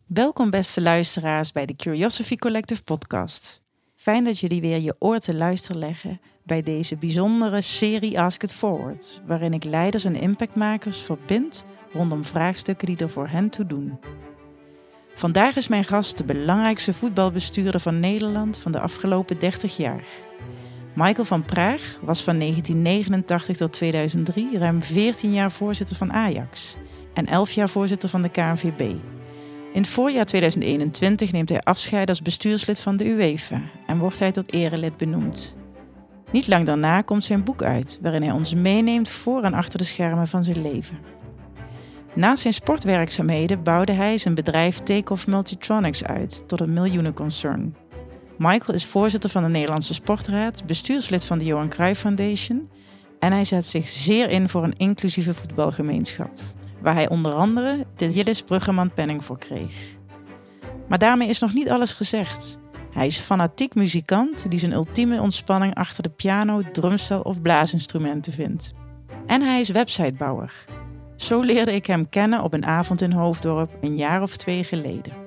Welkom beste luisteraars bij de Curiosophy Collective podcast. Fijn dat jullie weer je oor te luisteren leggen bij deze bijzondere serie Ask It Forward, waarin ik leiders en impactmakers verbind rondom vraagstukken die er voor hen toe doen. Vandaag is mijn gast de belangrijkste voetbalbestuurder van Nederland van de afgelopen 30 jaar. Michael van Praag was van 1989 tot 2003 ruim 14 jaar voorzitter van Ajax en 11 jaar voorzitter van de KNVB. In het voorjaar 2021 neemt hij afscheid als bestuurslid van de UEFA en wordt hij tot erelid benoemd. Niet lang daarna komt zijn boek uit, waarin hij ons meeneemt voor en achter de schermen van zijn leven. Naast zijn sportwerkzaamheden bouwde hij zijn bedrijf Takeoff Multitronics uit tot een miljoenenconcern. Michael is voorzitter van de Nederlandse Sportraad, bestuurslid van de Johan Cruijff Foundation en hij zet zich zeer in voor een inclusieve voetbalgemeenschap, waar hij onder andere de Jillis Bruggeman Penning voor kreeg. Maar daarmee is nog niet alles gezegd. Hij is fanatiek muzikant die zijn ultieme ontspanning achter de piano, drumstel of blaasinstrumenten vindt. En hij is websitebouwer. Zo leerde ik hem kennen op een avond in Hoofddorp een jaar of 2 geleden.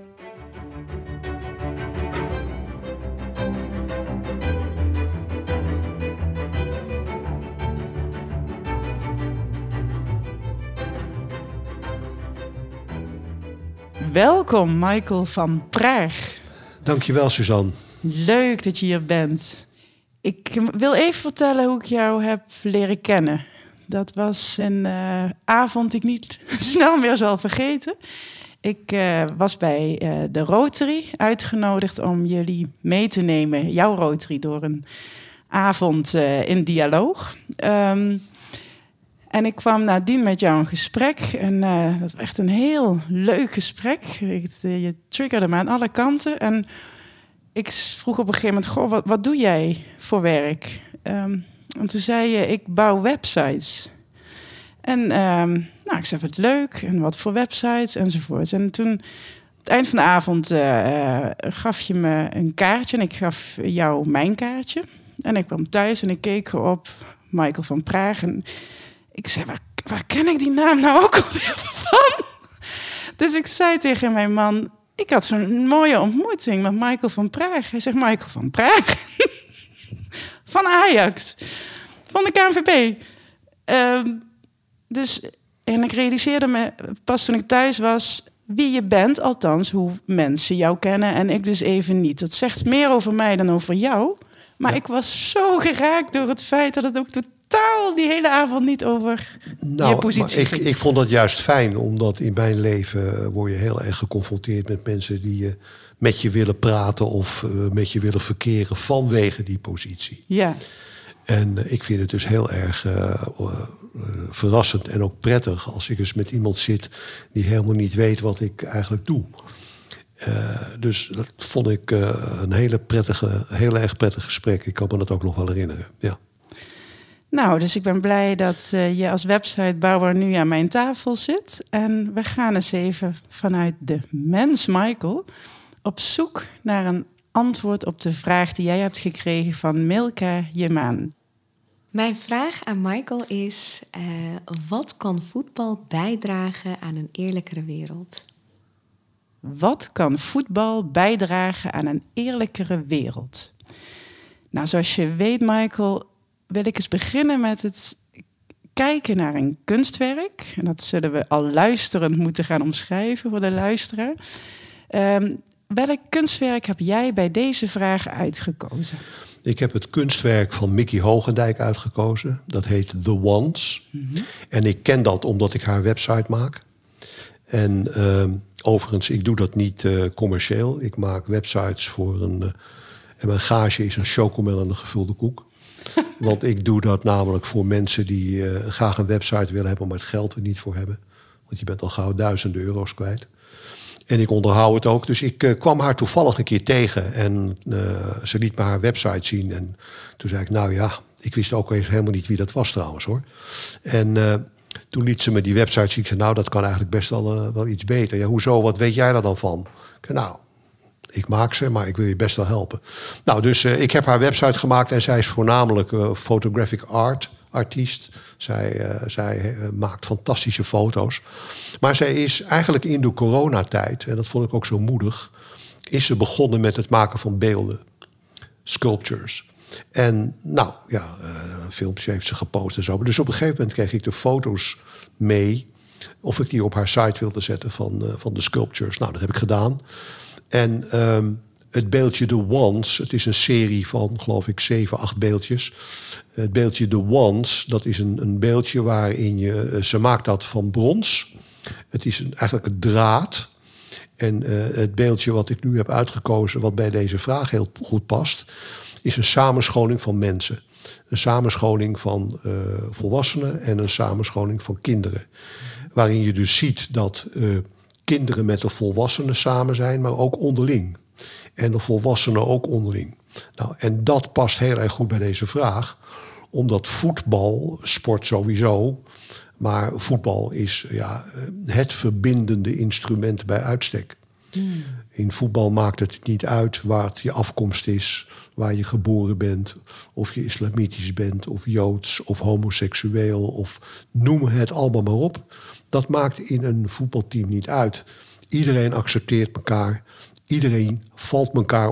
Welkom, Michael van Praag. Dankjewel, Suzanne. Leuk dat je hier bent. Ik wil even vertellen hoe ik jou heb leren kennen. Dat was een avond die ik niet snel meer zal vergeten. Ik was bij de Rotary uitgenodigd om jullie mee te nemen, jouw Rotary, door een avond in dialoog. En ik kwam nadien met jou in gesprek. En dat was echt een heel leuk gesprek. Je triggerde me aan alle kanten. En ik vroeg op een gegeven moment, goh, wat doe jij voor werk? En toen zei je, ik bouw websites. En ik zei, wat leuk. En wat voor websites enzovoort. En toen, op het eind van de avond, gaf je me een kaartje. En ik gaf jou mijn kaartje. En ik kwam thuis en ik keek erop, Michael van Praag. En ik zei, waar ken ik die naam nou ook alweer van? Dus ik zei tegen mijn man, ik had zo'n mooie ontmoeting met Michael van Praag. Hij zegt, Michael van Praag? Van Ajax. Van de KNVB. En ik realiseerde me pas toen ik thuis was wie je bent, althans hoe mensen jou kennen en ik dus even niet. Dat zegt meer over mij dan over jou. Maar ik was zo geraakt door het feit dat het ook totaal die hele avond niet over je positie ging. Ik vond dat juist fijn, omdat in mijn leven word je heel erg geconfronteerd met mensen die met je willen praten of met je willen verkeren vanwege die positie. Ja. En ik vind het dus heel erg verrassend en ook prettig als ik eens met iemand zit die helemaal niet weet wat ik eigenlijk doe. Dus dat vond ik een heel erg prettig gesprek. Ik kan me dat ook nog wel herinneren. Ja. Nou, dus ik ben blij dat je als websitebouwer nu aan mijn tafel zit. En we gaan eens even vanuit de mens, Michael, op zoek naar een antwoord op de vraag die jij hebt gekregen van Milka Jemaan. Mijn vraag aan Michael is, wat kan voetbal bijdragen aan een eerlijkere wereld? Wat kan voetbal bijdragen aan een eerlijkere wereld? Nou, zoals je weet, Michael, wil ik eens beginnen met het kijken naar een kunstwerk. En dat zullen we al luisterend moeten gaan omschrijven voor de luisteraar. Welk kunstwerk heb jij bij deze vraag uitgekozen? Ik heb het kunstwerk van Mickey Hoogendijk uitgekozen. Dat heet The Ones. Mm-hmm. En ik ken dat omdat ik haar website maak. En overigens, ik doe dat niet commercieel. Ik maak websites voor en mijn gage is een chocomel en een gevulde koek. Want ik doe dat namelijk voor mensen die graag een website willen hebben, maar het geld er niet voor hebben. Want je bent al gauw €1000 kwijt. En ik onderhoud het ook. Dus ik kwam haar toevallig een keer tegen. En ze liet me haar website zien. En toen zei ik, nou ja, ik wist ook eens helemaal niet wie dat was trouwens hoor. En toen liet ze me die website zien. Ik zei, nou dat kan eigenlijk best wel iets beter. Ja, hoezo, wat weet jij daar dan van? Ik zei, nou, ik maak ze, maar ik wil je best wel helpen. Nou, dus ik heb haar website gemaakt. En zij is voornamelijk photographic artiest. Zij maakt fantastische foto's. Maar zij is eigenlijk in de coronatijd, en dat vond ik ook zo moedig, is ze begonnen met het maken van beelden. Sculptures. En filmpjes heeft ze gepost en zo. Dus op een gegeven moment kreeg ik de foto's mee, of ik die op haar site wilde zetten van de sculptures. Nou, dat heb ik gedaan. En het beeldje The Ones, het is een serie van, geloof ik, 7, 8 beeldjes. Het beeldje The Ones, dat is een beeldje waarin ze maakt dat van brons. Het is eigenlijk een draad. En het beeldje wat ik nu heb uitgekozen, wat bij deze vraag heel goed past, is een samenscholing van mensen. Een samenscholing van volwassenen en een samenscholing van kinderen. Waarin je dus ziet dat kinderen met de volwassenen samen zijn, maar ook onderling. En de volwassenen ook onderling. Nou, en dat past heel erg goed bij deze vraag. Omdat voetbal, sport sowieso, maar voetbal is het verbindende instrument bij uitstek. In voetbal maakt het niet uit waar je afkomst is, waar je geboren bent, of je islamitisch bent, of joods, of homoseksueel, of noem het allemaal maar op. Dat maakt in een voetbalteam niet uit. Iedereen accepteert elkaar. Iedereen valt elkaar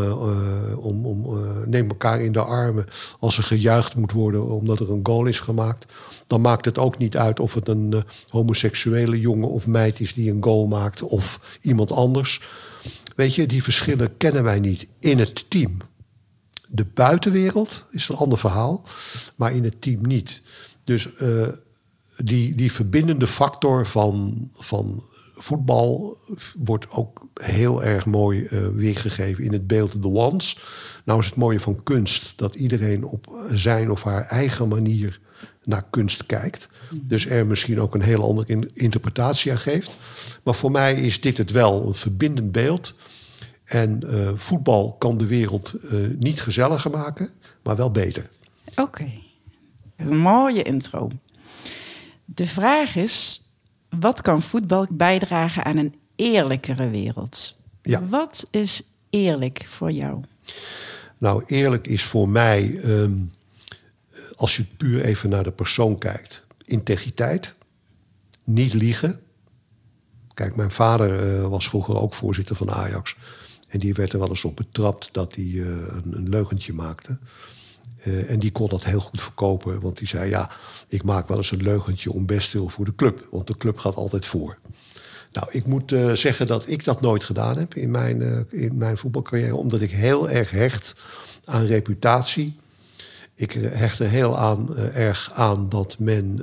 neemt elkaar in de armen als er gejuicht moet worden omdat er een goal is gemaakt. Dan maakt het ook niet uit of het een homoseksuele jongen of meid is die een goal maakt of iemand anders. Weet je, die verschillen kennen wij niet in het team. De buitenwereld is een ander verhaal, maar in het team niet. Dus die verbindende factor van voetbal wordt ook heel erg mooi weergegeven in het beeld The Ones. Nou is het mooie van kunst dat iedereen op zijn of haar eigen manier naar kunst kijkt. Dus er misschien ook een heel andere interpretatie aan geeft. Maar voor mij is dit het wel, een verbindend beeld. En voetbal kan de wereld niet gezelliger maken, maar wel beter. Oké. Een mooie intro. De vraag is, wat kan voetbal bijdragen aan een eerlijkere wereld? Ja. Wat is eerlijk voor jou? Nou, eerlijk is voor mij, als je puur even naar de persoon kijkt, integriteit, niet liegen. Kijk, mijn vader was vroeger ook voorzitter van Ajax. En die werd er wel eens op betrapt dat hij een leugentje maakte. En die kon dat heel goed verkopen. Want die zei, ik maak wel eens een leugentje om bestwil voor de club. Want de club gaat altijd voor. Nou, ik moet zeggen dat ik dat nooit gedaan heb in mijn voetbalcarrière. Omdat ik heel erg hecht aan reputatie. Ik hecht er heel erg aan dat men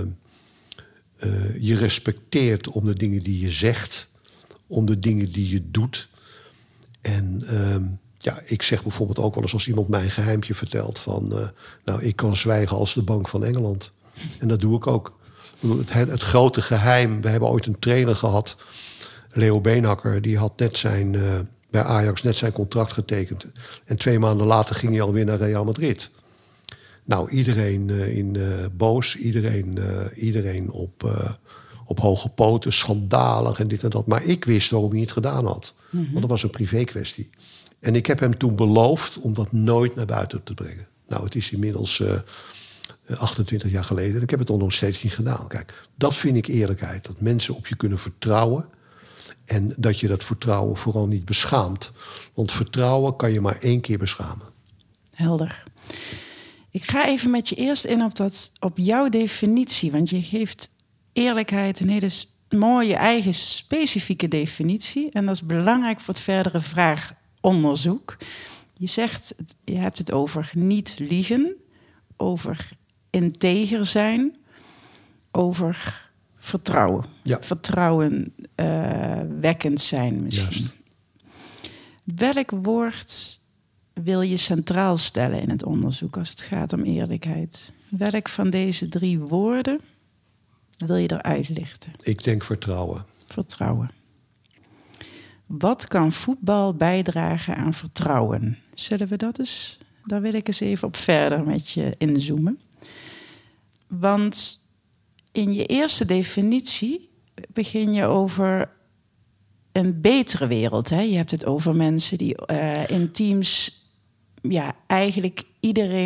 je respecteert om de dingen die je zegt. Om de dingen die je doet. En ik zeg bijvoorbeeld ook wel eens als iemand mij een geheimtje vertelt van, ik kan zwijgen als de Bank van Engeland. En dat doe ik ook. Het grote geheim, we hebben ooit een trainer gehad, Leo Beenhakker, die had bij Ajax net zijn contract getekend. En 2 maanden later ging hij alweer naar Real Madrid. Nou, iedereen boos, iedereen op hoge poten, schandalig en dit en dat. Maar ik wist waarom hij het gedaan had. Mm-hmm. Want dat was een privé kwestie. En ik heb hem toen beloofd om dat nooit naar buiten te brengen. Nou, het is inmiddels 28 jaar geleden. En ik heb het nog steeds niet gedaan. Kijk, dat vind ik eerlijkheid. Dat mensen op je kunnen vertrouwen. En dat je dat vertrouwen vooral niet beschaamt. Want vertrouwen kan je maar 1 keer beschamen. Helder. Ik ga even met je eerst in op jouw definitie. Want je geeft eerlijkheid een hele mooie eigen specifieke definitie. En dat is belangrijk voor het verdere vraagonderzoek. Je zegt, je hebt het over niet liegen, over integer zijn, over vertrouwen. Ja. Vertrouwen wekkend zijn misschien. Juist. Welk woord wil je centraal stellen in het onderzoek als het gaat om eerlijkheid? Welk van deze 3 woorden wil je eruit lichten? Ik denk vertrouwen. Vertrouwen. Wat kan voetbal bijdragen aan vertrouwen? Zullen we dat eens? Daar wil ik eens even op verder met je inzoomen. Want in je eerste definitie begin je over een betere wereld. Hè? Je hebt het over mensen die in teams eigenlijk iedereen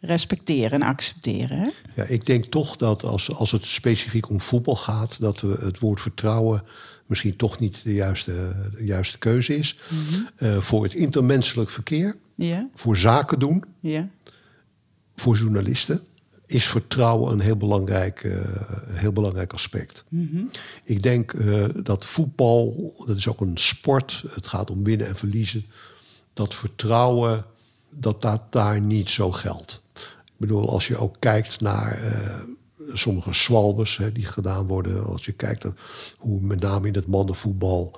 respecteren en accepteren. Hè? Ja, ik denk toch dat als het specifiek om voetbal gaat, dat we het woord vertrouwen misschien toch niet de juiste keuze is. Mm-hmm. Voor het intermenselijk verkeer, voor zaken doen, voor journalisten, is vertrouwen een heel belangrijk aspect. Mm-hmm. Ik denk dat voetbal, dat is ook een sport, het gaat om winnen en verliezen, dat vertrouwen, dat daar niet zo geldt. Ik bedoel, als je ook kijkt naar sommige zwalbes die gedaan worden, als je kijkt naar hoe met name in het mannenvoetbal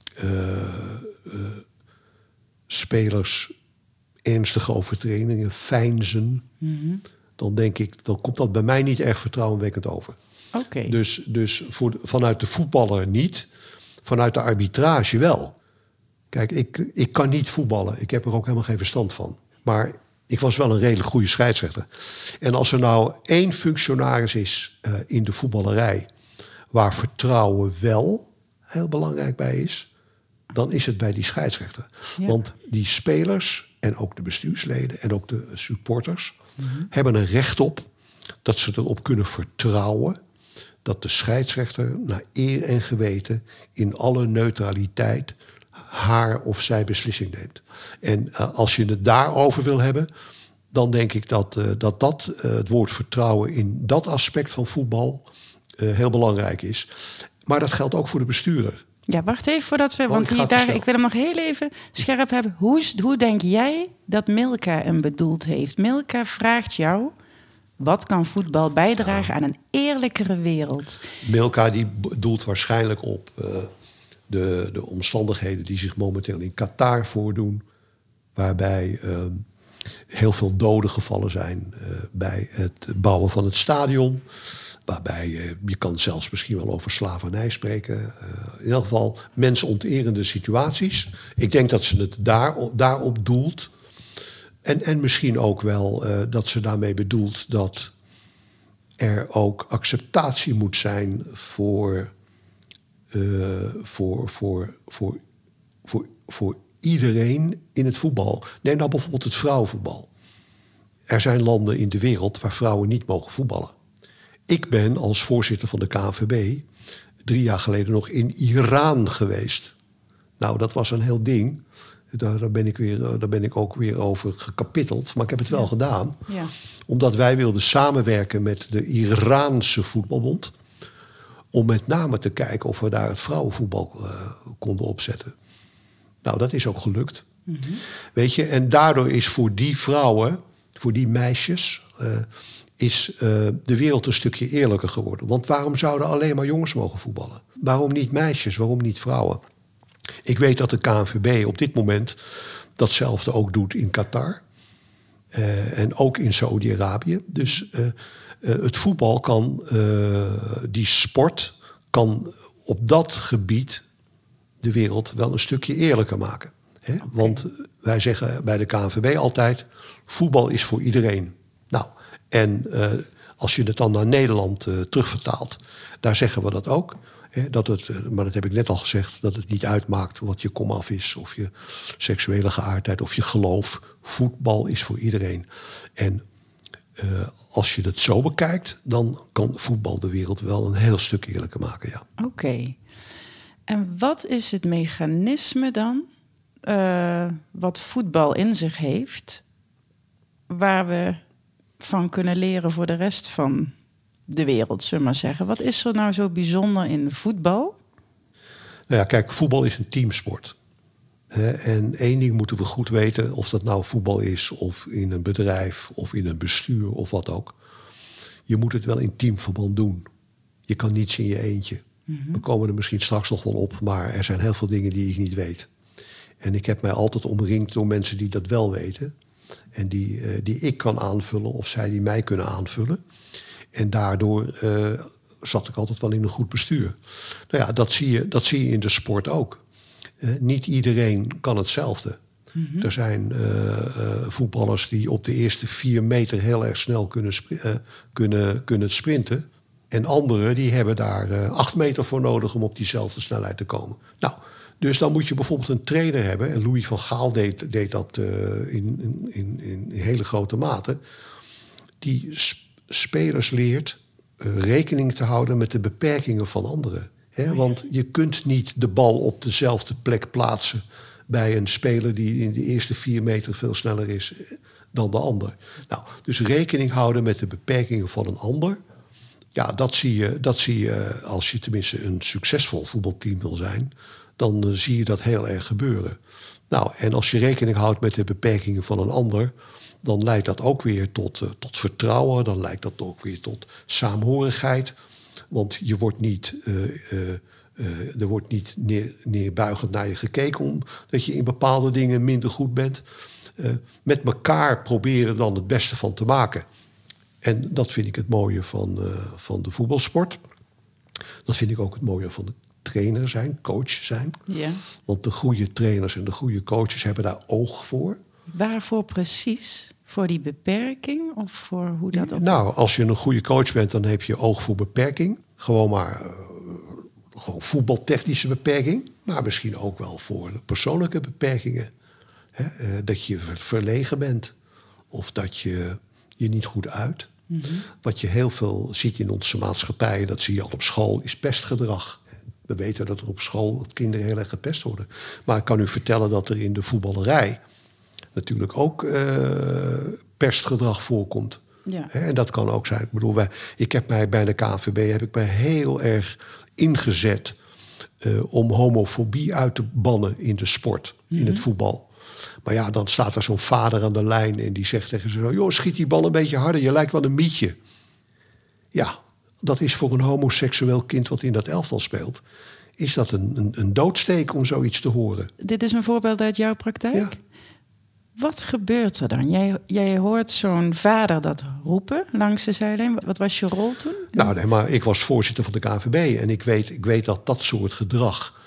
spelers ernstige overtredingen veinzen, mm-hmm. Dan komt dat bij mij niet erg vertrouwenwekkend over. Okay. Dus vanuit de voetballer niet, vanuit de arbitrage wel. Kijk, ik kan niet voetballen. Ik heb er ook helemaal geen verstand van. Maar ik was wel een redelijk goede scheidsrechter. En als er nou 1 functionaris is in de voetballerij waar vertrouwen wel heel belangrijk bij is, dan is het bij die scheidsrechter. Ja. Want die spelers en ook de bestuursleden en ook de supporters hebben er recht op dat ze erop kunnen vertrouwen dat de scheidsrechter naar eer en geweten in alle neutraliteit haar of zij beslissing neemt. En als je het daarover wil hebben, dan denk ik dat het woord vertrouwen in dat aspect van voetbal heel belangrijk is. Maar dat geldt ook voor de bestuurder. Ja, wacht even voordat we... Want ik wil hem nog heel even scherp hebben. Hoe denk jij dat Milka hem bedoeld heeft? Milka vraagt jou, wat kan voetbal bijdragen aan een eerlijkere wereld? Milka die doelt waarschijnlijk op de omstandigheden die zich momenteel in Qatar voordoen, waarbij heel veel doden gevallen zijn bij het bouwen van het stadion. Waarbij je kan zelfs misschien wel over slavernij spreken. In ieder geval mensonterende situaties. Ik denk dat ze het daarop doelt. En misschien ook wel dat ze daarmee bedoelt dat er ook acceptatie moet zijn voor iedereen in het voetbal. Neem nou bijvoorbeeld het vrouwenvoetbal. Er zijn landen in de wereld waar vrouwen niet mogen voetballen. Ik ben als voorzitter van de KNVB 3 jaar geleden nog in Iran geweest. Nou, dat was een heel ding. Daar ben ik ook weer over gekapitteld. Maar ik heb het wel gedaan. Ja. Omdat wij wilden samenwerken met de Iraanse voetbalbond. Om met name te kijken of we daar het vrouwenvoetbal konden opzetten. Nou, dat is ook gelukt. Mm-hmm. Weet je, en daardoor is voor die vrouwen, voor die meisjes, is de wereld een stukje eerlijker geworden. Want waarom zouden alleen maar jongens mogen voetballen? Waarom niet meisjes? Waarom niet vrouwen? Ik weet dat de KNVB op dit moment datzelfde ook doet in Qatar. En ook in Saoedi-Arabië. Dus het voetbal kan, die sport kan op dat gebied de wereld wel een stukje eerlijker maken. Hè? Okay. Want wij zeggen bij de KNVB altijd, voetbal is voor iedereen. Nou, en als je het dan naar Nederland terugvertaalt, daar zeggen we dat ook. Hè, maar dat heb ik net al gezegd, dat het niet uitmaakt wat je komaf is, of je seksuele geaardheid, of je geloof. Voetbal is voor iedereen. En als je het zo bekijkt, dan kan voetbal de wereld wel een heel stuk eerlijker maken. Ja. Oké. En wat is het mechanisme dan, wat voetbal in zich heeft, waar we van kunnen leren voor de rest van de wereld, zullen we maar zeggen? Wat is er nou zo bijzonder in voetbal? Nou ja, kijk, voetbal is een teamsport. En één ding moeten we goed weten, of dat nou voetbal is, of in een bedrijf, of in een bestuur, of wat ook. Je moet het wel in teamverband doen. Je kan niets in je eentje. Mm-hmm. We komen er misschien straks nog wel op, maar er zijn heel veel dingen die ik niet weet. En ik heb mij altijd omringd door mensen die dat wel weten. En die ik kan aanvullen, of zij die mij kunnen aanvullen. En daardoor zat ik altijd wel in een goed bestuur. Nou ja, dat zie je in de sport ook. Niet iedereen kan hetzelfde. Mm-hmm. Er zijn voetballers die op de eerste 4 meter heel erg snel kunnen sprinten. En anderen die hebben daar 8 meter voor nodig om op diezelfde snelheid te komen. Nou, dus dan moet je bijvoorbeeld een trainer hebben. En Louis van Gaal deed dat in hele grote mate. die spelers leert rekening te houden met de beperkingen van anderen. Want je kunt niet de bal op dezelfde plek plaatsen bij een speler die in de eerste 4 meter veel sneller is dan de ander. Nou, dus rekening houden met de beperkingen van een ander. Ja, dat zie je als je tenminste een succesvol voetbalteam wil zijn. Dan zie je dat heel erg gebeuren. Nou, en als je rekening houdt met de beperkingen van een ander, dan leidt dat ook weer tot vertrouwen. Dan leidt dat ook weer tot saamhorigheid. Want je wordt niet, er wordt niet neerbuigend naar je gekeken omdat je in bepaalde dingen minder goed bent. Met elkaar proberen dan het beste van te maken. En dat vind ik het mooie van de voetbalsport. Dat vind ik ook het mooie van de trainer zijn, coach zijn. Ja. Want de goede trainers en de goede coaches hebben daar oog voor. Waarvoor precies? Voor die beperking of voor hoe dat op... Nou, als je een goede coach bent, dan heb je oog voor beperking. Gewoon maar gewoon voetbaltechnische beperking. Maar misschien ook wel voor persoonlijke beperkingen. Dat je verlegen bent. Of dat je niet goed uit. Mm-hmm. Wat je heel veel ziet in onze maatschappij, dat zie je al op school, is pestgedrag. We weten dat er op school kinderen heel erg gepest worden. Maar ik kan u vertellen dat er in de voetballerij natuurlijk ook pestgedrag voorkomt. Ja. En dat kan ook zijn. Ik bedoel, ik heb mij bij de KNVB heel erg ingezet om homofobie uit te bannen in de sport, in het voetbal. Maar ja, dan staat er zo'n vader aan de lijn en die zegt tegen ze: joh, schiet die bal een beetje harder, je lijkt wel een mietje. Ja, dat is voor een homoseksueel kind wat in dat elftal speelt, is dat een doodsteek om zoiets te horen. Dit is een voorbeeld uit jouw praktijk? Ja. Wat gebeurt er dan? Jij hoort zo'n vader dat roepen langs de zijlijn. Wat was je rol toen? Nou, nee, maar ik was voorzitter van de KNVB en ik weet dat soort gedrag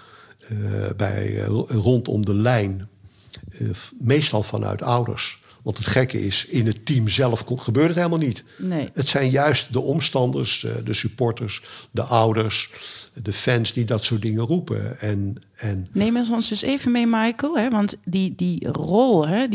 rondom de lijn, meestal vanuit ouders. Want het gekke is, in het team zelf gebeurt het helemaal niet. Nee. Het zijn juist de omstanders, de supporters, de ouders, de fans die dat soort dingen roepen. En neem ons dus even mee, Michael. Hè? Want die rol, hè,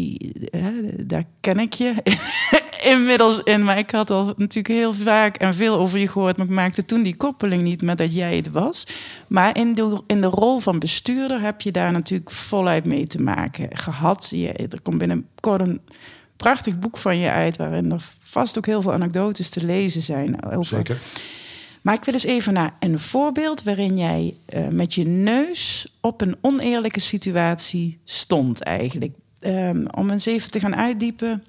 daar ken ik je inmiddels in. Maar ik had al natuurlijk heel vaak en veel over je gehoord. Maar ik maakte toen die koppeling niet met dat jij het was. Maar in de rol van bestuurder heb je daar natuurlijk voluit mee te maken gehad. Er komt binnenkort een prachtig boek van je uit, waarin er vast ook heel veel anekdotes te lezen zijn. Over. Zeker. Maar ik wil eens even naar een voorbeeld waarin jij met je neus op een oneerlijke situatie stond eigenlijk. Om eens even te gaan uitdiepen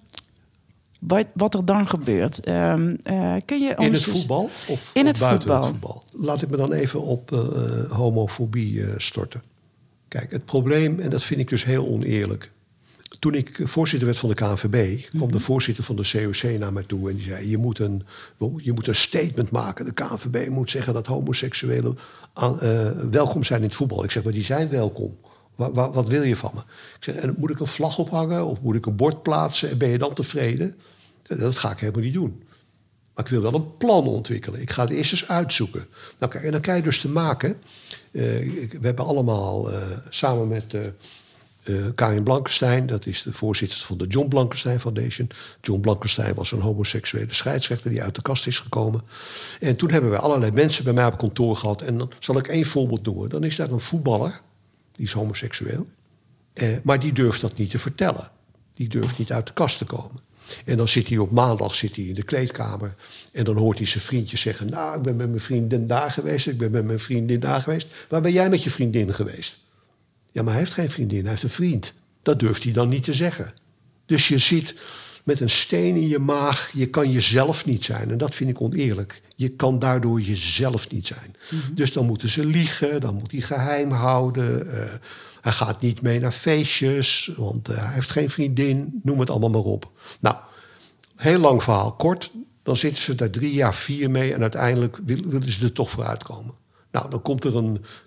wat er dan gebeurt. Kun je ons in het voetbal of in het buiten voetbal? Het voetbal? Laat ik me dan even op homofobie storten. Kijk, het probleem, en dat vind ik dus heel oneerlijk. Toen ik voorzitter werd van de KNVB, kwam de voorzitter van de COC naar mij toe en die zei: je moet een statement maken. De KNVB moet zeggen dat homoseksuelen welkom zijn in het voetbal. Ik zeg: maar die zijn welkom. Wat wil je van me? Ik zeg: en moet ik een vlag ophangen of moet ik een bord plaatsen en ben je dan tevreden? Dat ga ik helemaal niet doen. Maar ik wil wel een plan ontwikkelen. Ik ga het eerst eens uitzoeken. Nou, kijk, en dan krijg je dus te maken. We hebben allemaal samen met Karin Blankenstein, dat is de voorzitter van de John Blankenstein Foundation. John Blankenstein was een homoseksuele scheidsrechter die uit de kast is gekomen. En toen hebben we allerlei mensen bij mij op kantoor gehad. En dan zal ik één voorbeeld noemen. Dan is daar een voetballer, die is homoseksueel. Maar die durft dat niet te vertellen. Die durft niet uit de kast te komen. En dan zit hij op maandag in de kleedkamer. En dan hoort hij zijn vriendjes zeggen: nou, ik ben met mijn vriendin daar geweest. Ik ben met mijn vriendin daar geweest. Waar ben jij met je vriendin geweest? Ja, maar hij heeft geen vriendin, hij heeft een vriend. Dat durft hij dan niet te zeggen. Dus je zit met een steen in je maag. Je kan jezelf niet zijn. En dat vind ik oneerlijk. Je kan daardoor jezelf niet zijn. Mm-hmm. Dus dan moeten ze liegen. Dan moet hij geheim houden. Hij gaat niet mee naar feestjes. Want hij heeft geen vriendin. Noem het allemaal maar op. Nou, heel lang verhaal kort. Dan zitten ze daar 3 jaar, 4 mee. En uiteindelijk willen ze er toch voor uitkomen. Nou, dan komt er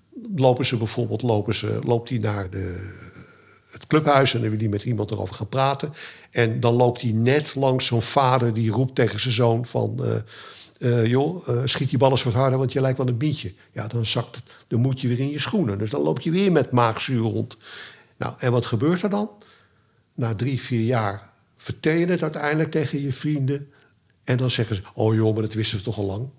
loopt hij naar het clubhuis en dan wil hij met iemand erover gaan praten. En dan loopt hij net langs zo'n vader die roept tegen zijn zoon van: schiet die bal eens wat harder, want je lijkt wel een bietje. Ja, dan moet je weer in je schoenen. Dus dan loop je weer met maagzuur rond. Nou, en wat gebeurt er dan? Na 3-4 jaar vertel je het uiteindelijk tegen je vrienden. En dan zeggen ze, oh joh, maar dat wisten we toch al lang.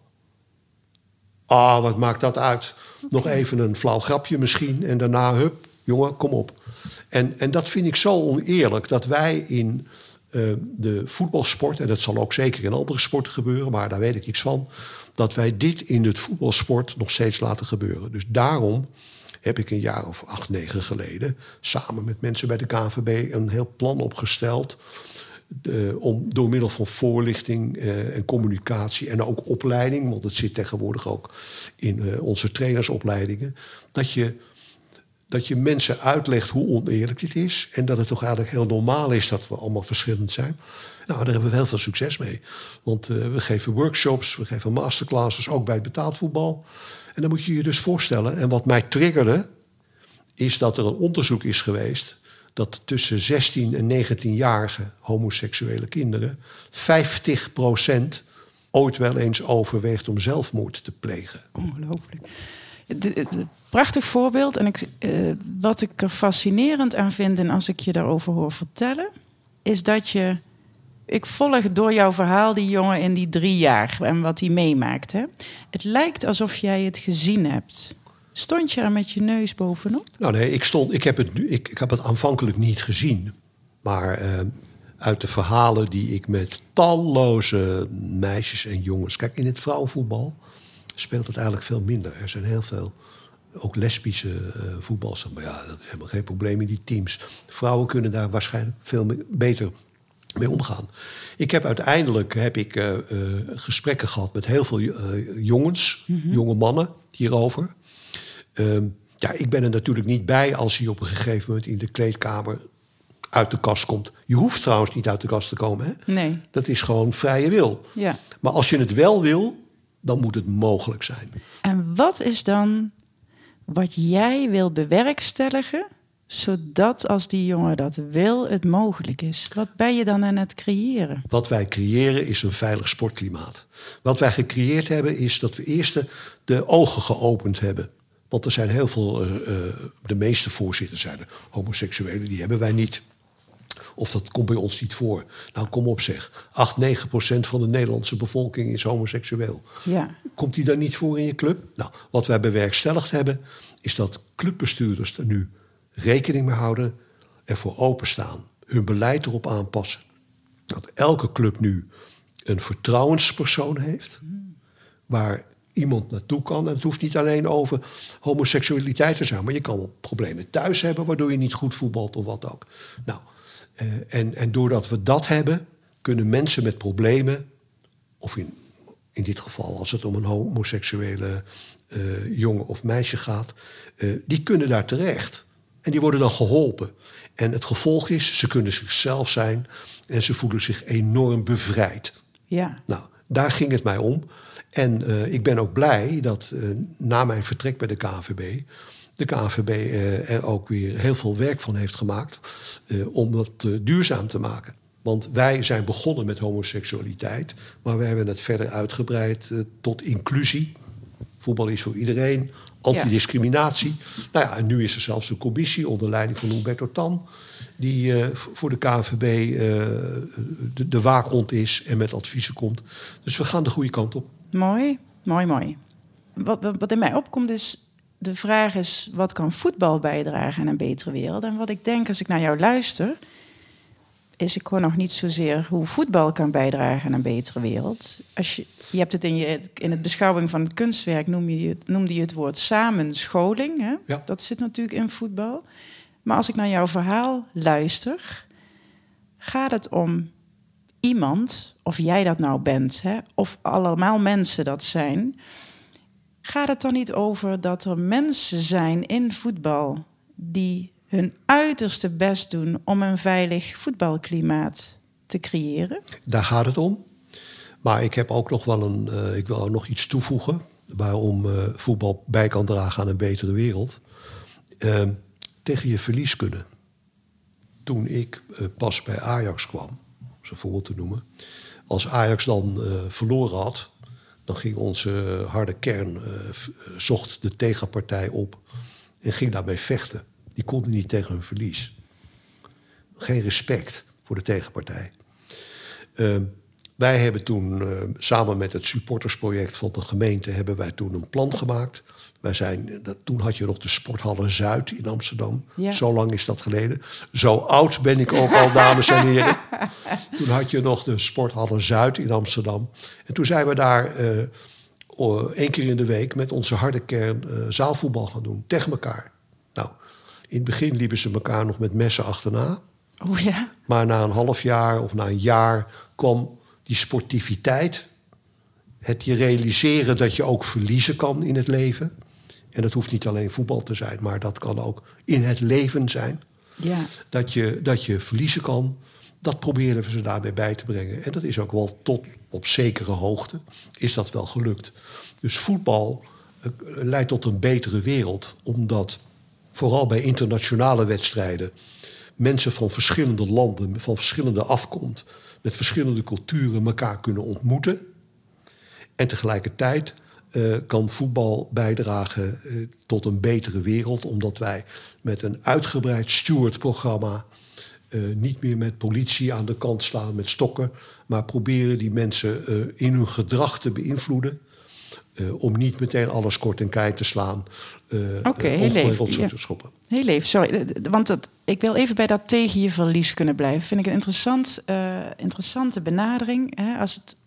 Ah, wat maakt dat uit? Nog even een flauw grapje misschien. En daarna, hup, jongen, kom op. En dat vind ik zo oneerlijk. Dat wij in de voetbalsport... en dat zal ook zeker in andere sporten gebeuren... maar daar weet ik niks van... dat wij dit in het voetbalsport nog steeds laten gebeuren. Dus daarom heb ik een jaar of 8, 9 geleden... samen met mensen bij de KNVB een heel plan opgesteld... om door middel van voorlichting en communicatie en ook opleiding... want het zit tegenwoordig ook in onze trainersopleidingen... dat je mensen uitlegt hoe oneerlijk dit is... en dat het toch eigenlijk heel normaal is dat we allemaal verschillend zijn. Nou, daar hebben we heel veel succes mee. Want we geven workshops, we geven masterclasses... ook bij het betaald voetbal. En dan moet je je dus voorstellen... en wat mij triggerde, is dat er een onderzoek is geweest... dat tussen 16 en 19-jarige homoseksuele kinderen... 50% ooit wel eens overweegt om zelfmoord te plegen. Ongelooflijk. Prachtig voorbeeld. En wat ik er fascinerend aan vind... en als ik je daarover hoor vertellen... is dat je... Ik volg door jouw verhaal die jongen in die 3 jaar... en wat hij meemaakt. Hè? Het lijkt alsof jij het gezien hebt... Stond je er met je neus bovenop? Nou nee, ik heb het aanvankelijk niet gezien. Maar uit de verhalen die ik met talloze meisjes en jongens... Kijk, in het vrouwenvoetbal speelt het eigenlijk veel minder. Er zijn heel veel, ook lesbische voetballers. Maar ja, dat is helemaal geen probleem in die teams. Vrouwen kunnen daar waarschijnlijk veel beter mee omgaan. Uiteindelijk heb ik gesprekken gehad met heel veel jongens, jonge mannen hierover... ik ben er natuurlijk niet bij als hij op een gegeven moment in de kleedkamer uit de kast komt. Je hoeft trouwens niet uit de kast te komen. Hè? Nee. Dat is gewoon vrije wil. Ja. Maar als je het wel wil, dan moet het mogelijk zijn. En wat is dan wat jij wil bewerkstelligen... zodat als die jongen dat wil, het mogelijk is? Wat ben je dan aan het creëren? Wat wij creëren is een veilig sportklimaat. Wat wij gecreëerd hebben is dat we eerst de ogen geopend hebben. Want er zijn heel veel, de meeste voorzitters zijn homoseksuelen, die hebben wij niet. Of dat komt bij ons niet voor. Nou, kom op zeg. 8-9% van de Nederlandse bevolking is homoseksueel. Ja. Komt die daar niet voor in je club? Nou, wat wij bewerkstelligd hebben, is dat clubbestuurders er nu rekening mee houden, ervoor openstaan, hun beleid erop aanpassen. Dat elke club nu een vertrouwenspersoon heeft, waar iemand naartoe kan. En het hoeft niet alleen over homoseksualiteit te zijn, maar je kan wel problemen thuis hebben, waardoor je niet goed voetbalt of wat ook. Nou, en doordat we dat hebben, kunnen mensen met problemen, of in dit geval als het om een homoseksuele jongen of meisje gaat, die kunnen daar terecht. En die worden dan geholpen. En het gevolg is, ze kunnen zichzelf zijn en ze voelen zich enorm bevrijd. Ja. Nou, daar ging het mij om. En ik ben ook blij dat na mijn vertrek bij de KNVB... de KNVB er ook weer heel veel werk van heeft gemaakt om dat duurzaam te maken. Want wij zijn begonnen met homoseksualiteit, maar we hebben het verder uitgebreid tot inclusie. Voetbal is voor iedereen, antidiscriminatie. Ja. Nou ja, en nu is er zelfs een commissie onder leiding van Humberto Tan, die voor de KNVB de waakhond is en met adviezen komt. Dus we gaan de goede kant op. Mooi, mooi, mooi. Wat in mij opkomt is, de vraag is, wat kan voetbal bijdragen aan een betere wereld? En wat ik denk als ik naar jou luister, is ik hoor nog niet zozeer hoe voetbal kan bijdragen aan een betere wereld. Je hebt het in het beschouwing van het kunstwerk, noemde je het woord samenscholing. Hè? Ja. Dat zit natuurlijk in voetbal. Maar als ik naar jouw verhaal luister, gaat het om iemand, of jij dat nou bent, hè, of allemaal mensen dat zijn, gaat het dan niet over dat er mensen zijn in voetbal die hun uiterste best doen om een veilig voetbalklimaat te creëren? Daar gaat het om. Maar ik heb ook nog wel ik wil nog iets toevoegen waarom voetbal bij kan dragen aan een betere wereld. Tegen je verlies kunnen. Toen ik pas bij Ajax kwam, om zo'n voorbeeld te noemen. Als Ajax dan verloren had, dan ging onze harde kern, zocht de tegenpartij op en ging daarmee vechten. Die konden niet tegen hun verlies. Geen respect voor de tegenpartij. Wij hebben toen samen met het supportersproject van de gemeente hebben wij toen een plan gemaakt. Toen had je nog de Sporthallen Zuid in Amsterdam. Ja. Zo lang is dat geleden. Zo oud ben ik ook al, dames en heren. Toen had je nog de Sporthallen Zuid in Amsterdam. En toen zijn we daar 1 keer in de week met onze harde kern zaalvoetbal gaan doen. Tegen elkaar. Nou, in het begin liepen ze elkaar nog met messen achterna. Oh ja? Maar na een half jaar of na een jaar kwam die sportiviteit. Het je realiseren dat je ook verliezen kan in het leven. En dat hoeft niet alleen voetbal te zijn, maar dat kan ook in het leven zijn. Ja. Dat je verliezen kan, dat proberen we ze daarbij bij te brengen. En dat is ook wel tot op zekere hoogte is dat wel gelukt. Dus voetbal leidt tot een betere wereld. Omdat vooral bij internationale wedstrijden mensen van verschillende landen, van verschillende afkomst, met verschillende culturen elkaar kunnen ontmoeten. En tegelijkertijd kan voetbal bijdragen tot een betere wereld. Omdat wij met een uitgebreid stewardprogramma niet meer met politie aan de kant staan met stokken, maar proberen die mensen in hun gedrag te beïnvloeden. Om niet meteen alles kort en kei te slaan. Heel even. Te schoppen. Heel even, sorry. Want ik wil even bij dat tegen je verlies kunnen blijven. Vind ik een interessante benadering. Hè?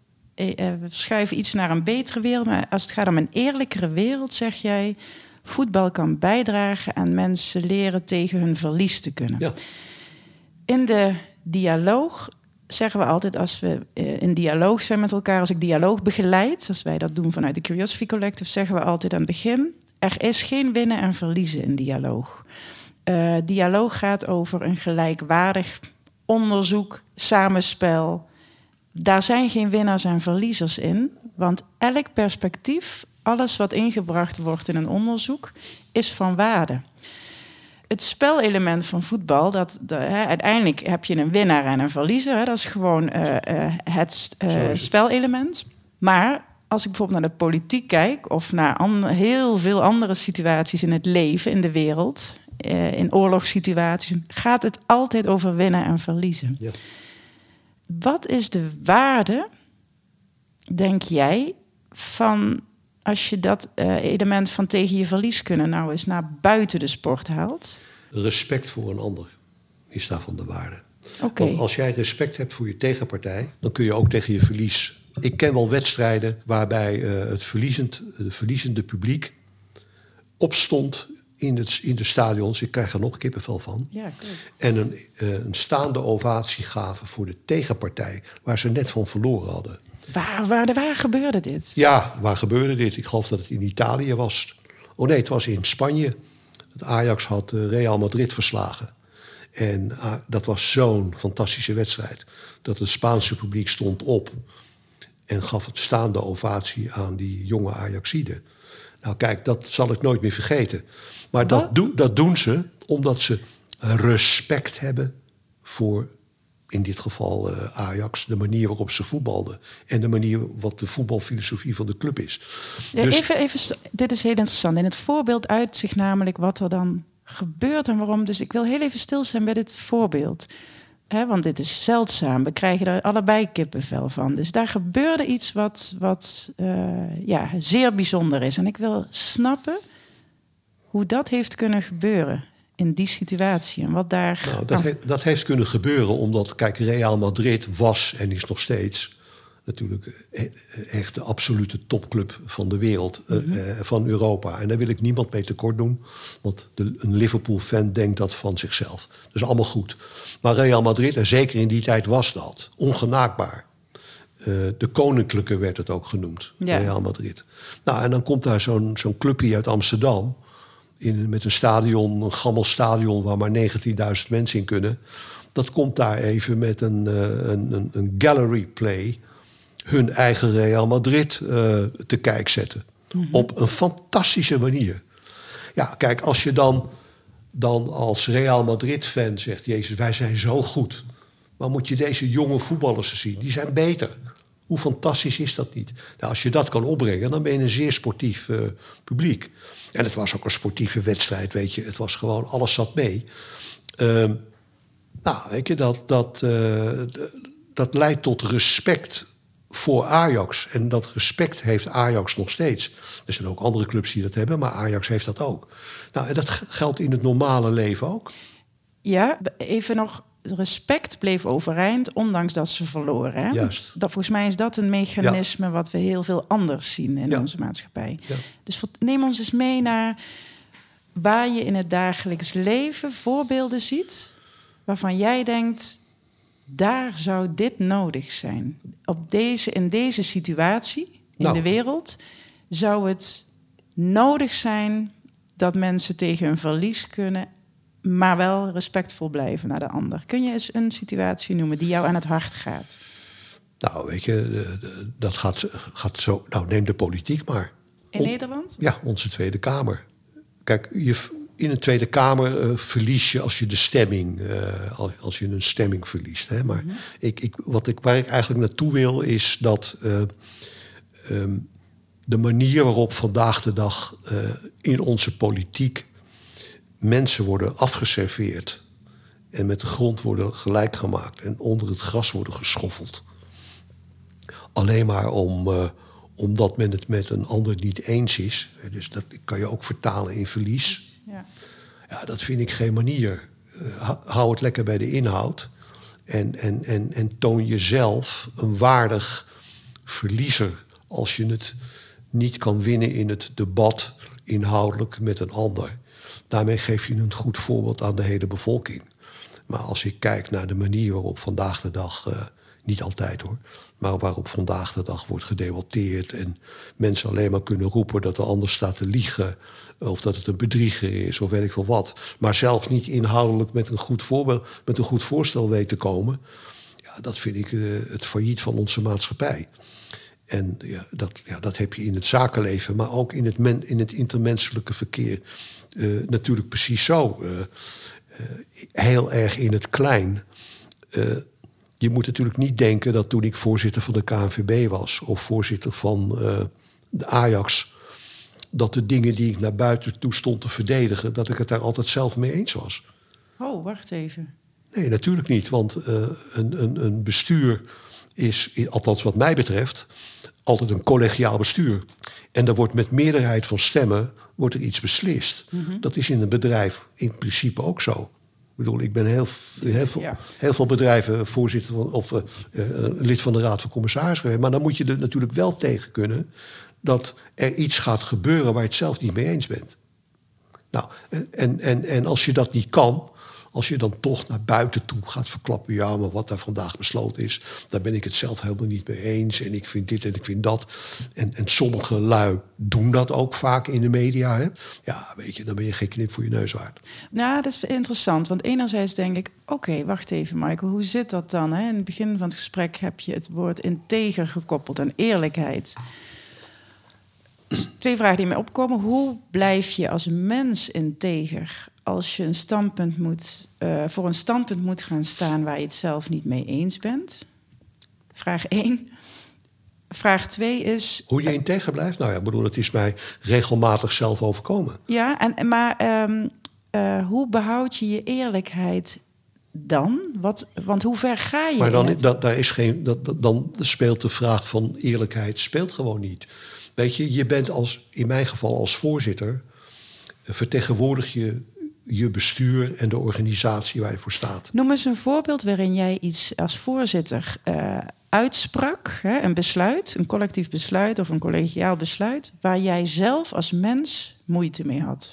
We schuiven iets naar een betere wereld. Maar als het gaat om een eerlijkere wereld, zeg jij, voetbal kan bijdragen aan mensen leren tegen hun verlies te kunnen. Ja. In de dialoog zeggen we altijd, als we in dialoog zijn met elkaar, als ik dialoog begeleid, als wij dat doen vanuit de Curiosity Collective, zeggen we altijd aan het begin, er is geen winnen en verliezen in dialoog. Dialoog gaat over een gelijkwaardig onderzoek, samenspel. Daar zijn geen winnaars en verliezers in, want elk perspectief, alles wat ingebracht wordt in een onderzoek, is van waarde. Het spelelement van voetbal, uiteindelijk heb je een winnaar en een verliezer. Dat is gewoon het spelelement. Maar als ik bijvoorbeeld naar de politiek kijk, of naar heel veel andere situaties in het leven, in de wereld, in oorlogssituaties, gaat het altijd over winnen en verliezen. Ja. Wat is de waarde, denk jij, van als je dat element van tegen je verlies kunnen nou eens naar buiten de sport haalt? Respect voor een ander is daarvan de waarde. Okay. Want als jij respect hebt voor je tegenpartij, dan kun je ook tegen je verlies. Ik ken wel wedstrijden waarbij het verliezende publiek opstond in de stadions. Ik krijg er nog kippenvel van. Ja, cool. En een staande ovatie gaven voor de tegenpartij, waar ze net van verloren hadden. Waar gebeurde dit? Ja, waar gebeurde dit? Ik geloof dat het in Italië was. Oh nee, het was in Spanje. Het Ajax had Real Madrid verslagen. En dat was zo'n fantastische wedstrijd. Dat het Spaanse publiek stond op en gaf het staande ovatie aan die jonge Ajaxiden. Nou kijk, dat zal ik nooit meer vergeten. Maar dat doen ze omdat ze respect hebben voor, in dit geval Ajax, de manier waarop ze voetbalden. En de manier wat de voetbalfilosofie van de club is. Ja, dus even, dit is heel interessant. In het voorbeeld uit zich namelijk wat er dan gebeurt en waarom. Dus ik wil heel even stilstaan bij dit voorbeeld. Want dit is zeldzaam. We krijgen er allebei kippenvel van. Dus daar gebeurde iets wat zeer bijzonder is. En ik wil snappen hoe dat heeft kunnen gebeuren in die situatie. En wat daar... Nou, dat heeft kunnen gebeuren omdat, kijk, Real Madrid was en is nog steeds natuurlijk echt de absolute topclub van de wereld, van Europa. En daar wil ik niemand mee tekort doen, want een Liverpool-fan denkt dat van zichzelf. Dat is allemaal goed. Maar Real Madrid, en zeker in die tijd was dat, ongenaakbaar. De koninklijke werd het ook genoemd, Real Madrid. Nou, en dan komt daar zo'n clubje uit Amsterdam, met een stadion, een gammel stadion waar maar 19.000 mensen in kunnen. Dat komt daar even met een gallery play hun eigen Real Madrid te kijk zetten. Mm-hmm. Op een fantastische manier. Ja, kijk, als je dan als Real Madrid-fan zegt, Jezus, wij zijn zo goed. Maar moet je deze jonge voetballers zien? Die zijn beter. Hoe fantastisch is dat niet? Nou, als je dat kan opbrengen, dan ben je een zeer sportief publiek. En het was ook een sportieve wedstrijd, weet je. Het was gewoon, alles zat mee. Nou, weet je, dat leidt tot respect voor Ajax. En dat respect heeft Ajax nog steeds. Er zijn ook andere clubs die dat hebben, maar Ajax heeft dat ook. Nou, en dat geldt in het normale leven ook. Ja, even nog. Respect bleef overeind, ondanks dat ze verloren. Hè? Juist. Volgens mij is dat een mechanisme wat we heel veel anders zien in onze maatschappij. Ja. Dus neem ons eens mee naar waar je in het dagelijks leven voorbeelden ziet waarvan jij denkt, daar zou dit nodig zijn. In deze situatie, in de wereld, zou het nodig zijn dat mensen tegen een verlies kunnen, maar wel respectvol blijven naar de ander. Kun je eens een situatie noemen die jou aan het hart gaat? Nou, weet je, dat gaat zo. Nou, neem de politiek maar. In Nederland? Ja, onze Tweede Kamer. Kijk, in een Tweede Kamer verlies je als je de stemming, als je een stemming verliest. Hè? Maar waar ik eigenlijk naartoe wil, is dat de manier waarop vandaag de dag in onze politiek mensen worden afgeserveerd en met de grond worden gelijk gemaakt en onder het gras worden geschoffeld. Alleen maar omdat men het met een ander niet eens is. Dus dat kan je ook vertalen in verlies. Ja, dat vind ik geen manier. Hou het lekker bij de inhoud. En toon jezelf een waardig verliezer als je het niet kan winnen in het debat inhoudelijk met een ander. Daarmee geef je een goed voorbeeld aan de hele bevolking. Maar als ik kijk naar de manier waarop vandaag de dag, niet altijd hoor, maar waarop vandaag de dag wordt gedebatteerd en mensen alleen maar kunnen roepen dat de ander staat te liegen of dat het een bedrieger is of weet ik veel wat, maar zelfs niet inhoudelijk met een goed voorbeeld, met een goed voorstel weet te komen, ja, dat vind ik het failliet van onze maatschappij. En dat heb je in het zakenleven, maar ook in het intermenselijke verkeer natuurlijk precies zo. Heel erg in het klein. Je moet natuurlijk niet denken dat toen ik voorzitter van de KNVB was of voorzitter van de Ajax, dat de dingen die ik naar buiten toe stond te verdedigen, dat ik het daar altijd zelf mee eens was. Oh, wacht even. Nee, natuurlijk niet. Want een bestuur is, althans wat mij betreft, altijd een collegiaal bestuur. En er wordt met meerderheid van stemmen wordt er iets beslist. Mm-hmm. Dat is in een bedrijf in principe ook zo. Ik bedoel, ik ben heel veel bedrijven voorzitter van, of lid van de Raad van Commissarissen geweest. Maar dan moet je er natuurlijk wel tegen kunnen dat er iets gaat gebeuren waar je het zelf niet mee eens bent. Nou, en als je dat niet kan, als je dan toch naar buiten toe gaat verklappen, ja, maar wat daar vandaag besloten is, daar ben ik het zelf helemaal niet mee eens. En ik vind dit en ik vind dat. En sommige lui doen dat ook vaak in de media. Hè? Ja, weet je, dan ben je geen knip voor je neus waard. Nou, dat is interessant. Want enerzijds denk ik, oké, wacht even, Michael, hoe zit dat dan? Hè? In het begin van het gesprek heb je het woord integer gekoppeld aan eerlijkheid. Dus 2 vragen die mij opkomen. Hoe blijf je als mens integer als je voor een standpunt moet gaan staan waar je het zelf niet mee eens bent? Vraag 1. Vraag 2 is... Hoe je integer blijft? Nou ja, ik bedoel, het is mij regelmatig zelf overkomen. Ja, maar hoe behoud je je eerlijkheid dan? Want hoe ver ga je? Maar dan speelt de vraag van eerlijkheid speelt gewoon niet. Weet je bent in mijn geval als voorzitter, vertegenwoordig je bestuur en de organisatie waar je voor staat. Noem eens een voorbeeld waarin jij iets als voorzitter uitsprak, hè, een besluit, een collectief besluit of een collegiaal besluit, waar jij zelf als mens moeite mee had.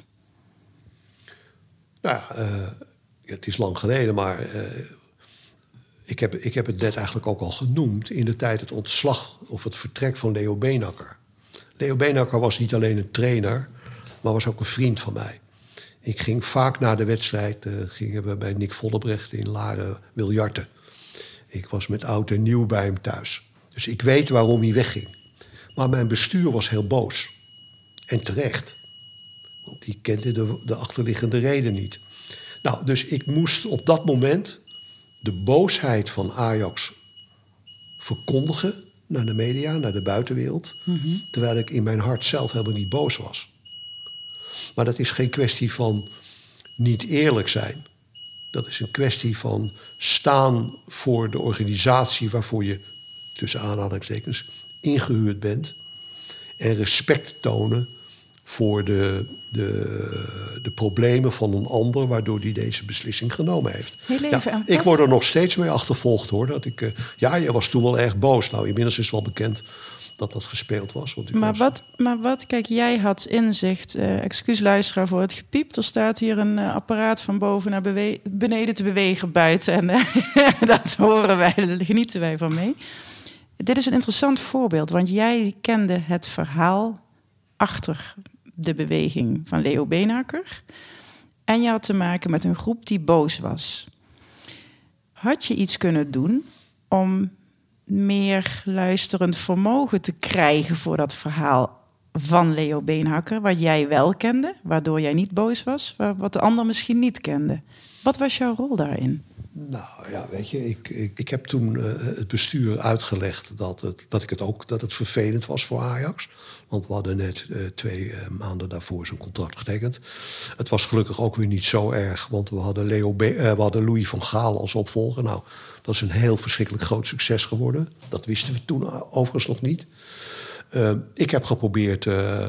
Nou, het is lang geleden, maar ik heb het net eigenlijk ook al genoemd in de tijd het ontslag of het vertrek van Leo Beenhakker. Leo Beenhakker was niet alleen een trainer, maar was ook een vriend van mij. Ik ging vaak na de wedstrijd, gingen we bij Nick Vollebrecht in Laren biljarten. Ik was met oud en nieuw bij hem thuis. Dus ik weet waarom hij wegging. Maar mijn bestuur was heel boos. En terecht. Want die kende de achterliggende reden niet. Nou, dus ik moest op dat moment de boosheid van Ajax verkondigen naar de media, naar de buitenwereld. Mm-hmm. Terwijl ik in mijn hart zelf helemaal niet boos was. Maar dat is geen kwestie van niet eerlijk zijn. Dat is een kwestie van staan voor de organisatie waarvoor je tussen aanhalingstekens, ingehuurd bent. En respect tonen voor de problemen van een ander, waardoor die deze beslissing genomen heeft. Ik word er nog steeds mee achtervolgd, hoor. Dat ik, je was toen wel erg boos. Nou, inmiddels is wel bekend dat dat gespeeld was. Want maar wat, kijk, jij had inzicht. Excuus luisteraar voor het gepiep. Er staat hier een apparaat van boven naar beneden te bewegen buiten. En dat horen wij, daar genieten wij van mee. Dit is een interessant voorbeeld, want jij kende het verhaal achter de beweging van Leo Beenhakker. En je had te maken met een groep die boos was. Had je iets kunnen doen om meer luisterend vermogen te krijgen voor dat verhaal van Leo Beenhakker, wat jij wel kende, waardoor jij niet boos was, wat de ander misschien niet kende? Wat was jouw rol daarin? Nou ja, weet je, ik heb toen het bestuur uitgelegd dat het vervelend was voor Ajax. Want we hadden net 2 maanden daarvoor zo'n contract getekend. Het was gelukkig ook weer niet zo erg, want we hadden Louis van Gaal als opvolger. Nou, dat is een heel verschrikkelijk groot succes geworden. Dat wisten we toen overigens nog niet. Ik heb geprobeerd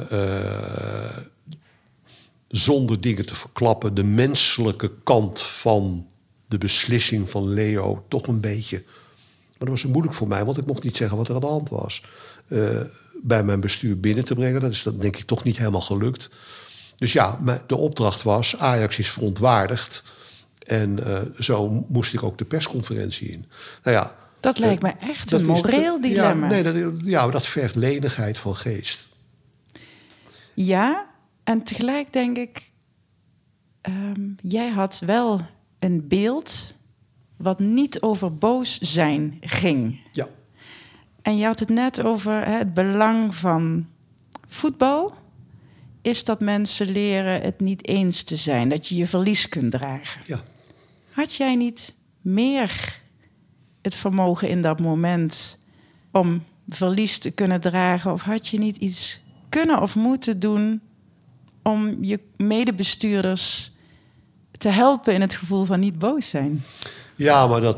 zonder dingen te verklappen de menselijke kant van de beslissing van Leo toch een beetje. Maar dat was moeilijk voor mij, want ik mocht niet zeggen wat er aan de hand was. Bij mijn bestuur binnen te brengen. Dat is dat denk ik toch niet helemaal gelukt. Dus ja, de opdracht was, Ajax is verontwaardigd. En zo moest ik ook de persconferentie in. Nou ja, dat lijkt me echt een moreel dilemma. Ja, dat vergt lenigheid van geest. Ja, en tegelijk denk ik, jij had wel een beeld wat niet over boos zijn ging. Ja. En je had het net over het belang van voetbal. Is dat mensen leren het niet eens te zijn. Dat je je verlies kunt dragen. Ja. Had jij niet meer het vermogen in dat moment om verlies te kunnen dragen? Of had je niet iets kunnen of moeten doen om je medebestuurders te helpen in het gevoel van niet boos zijn? Ja, maar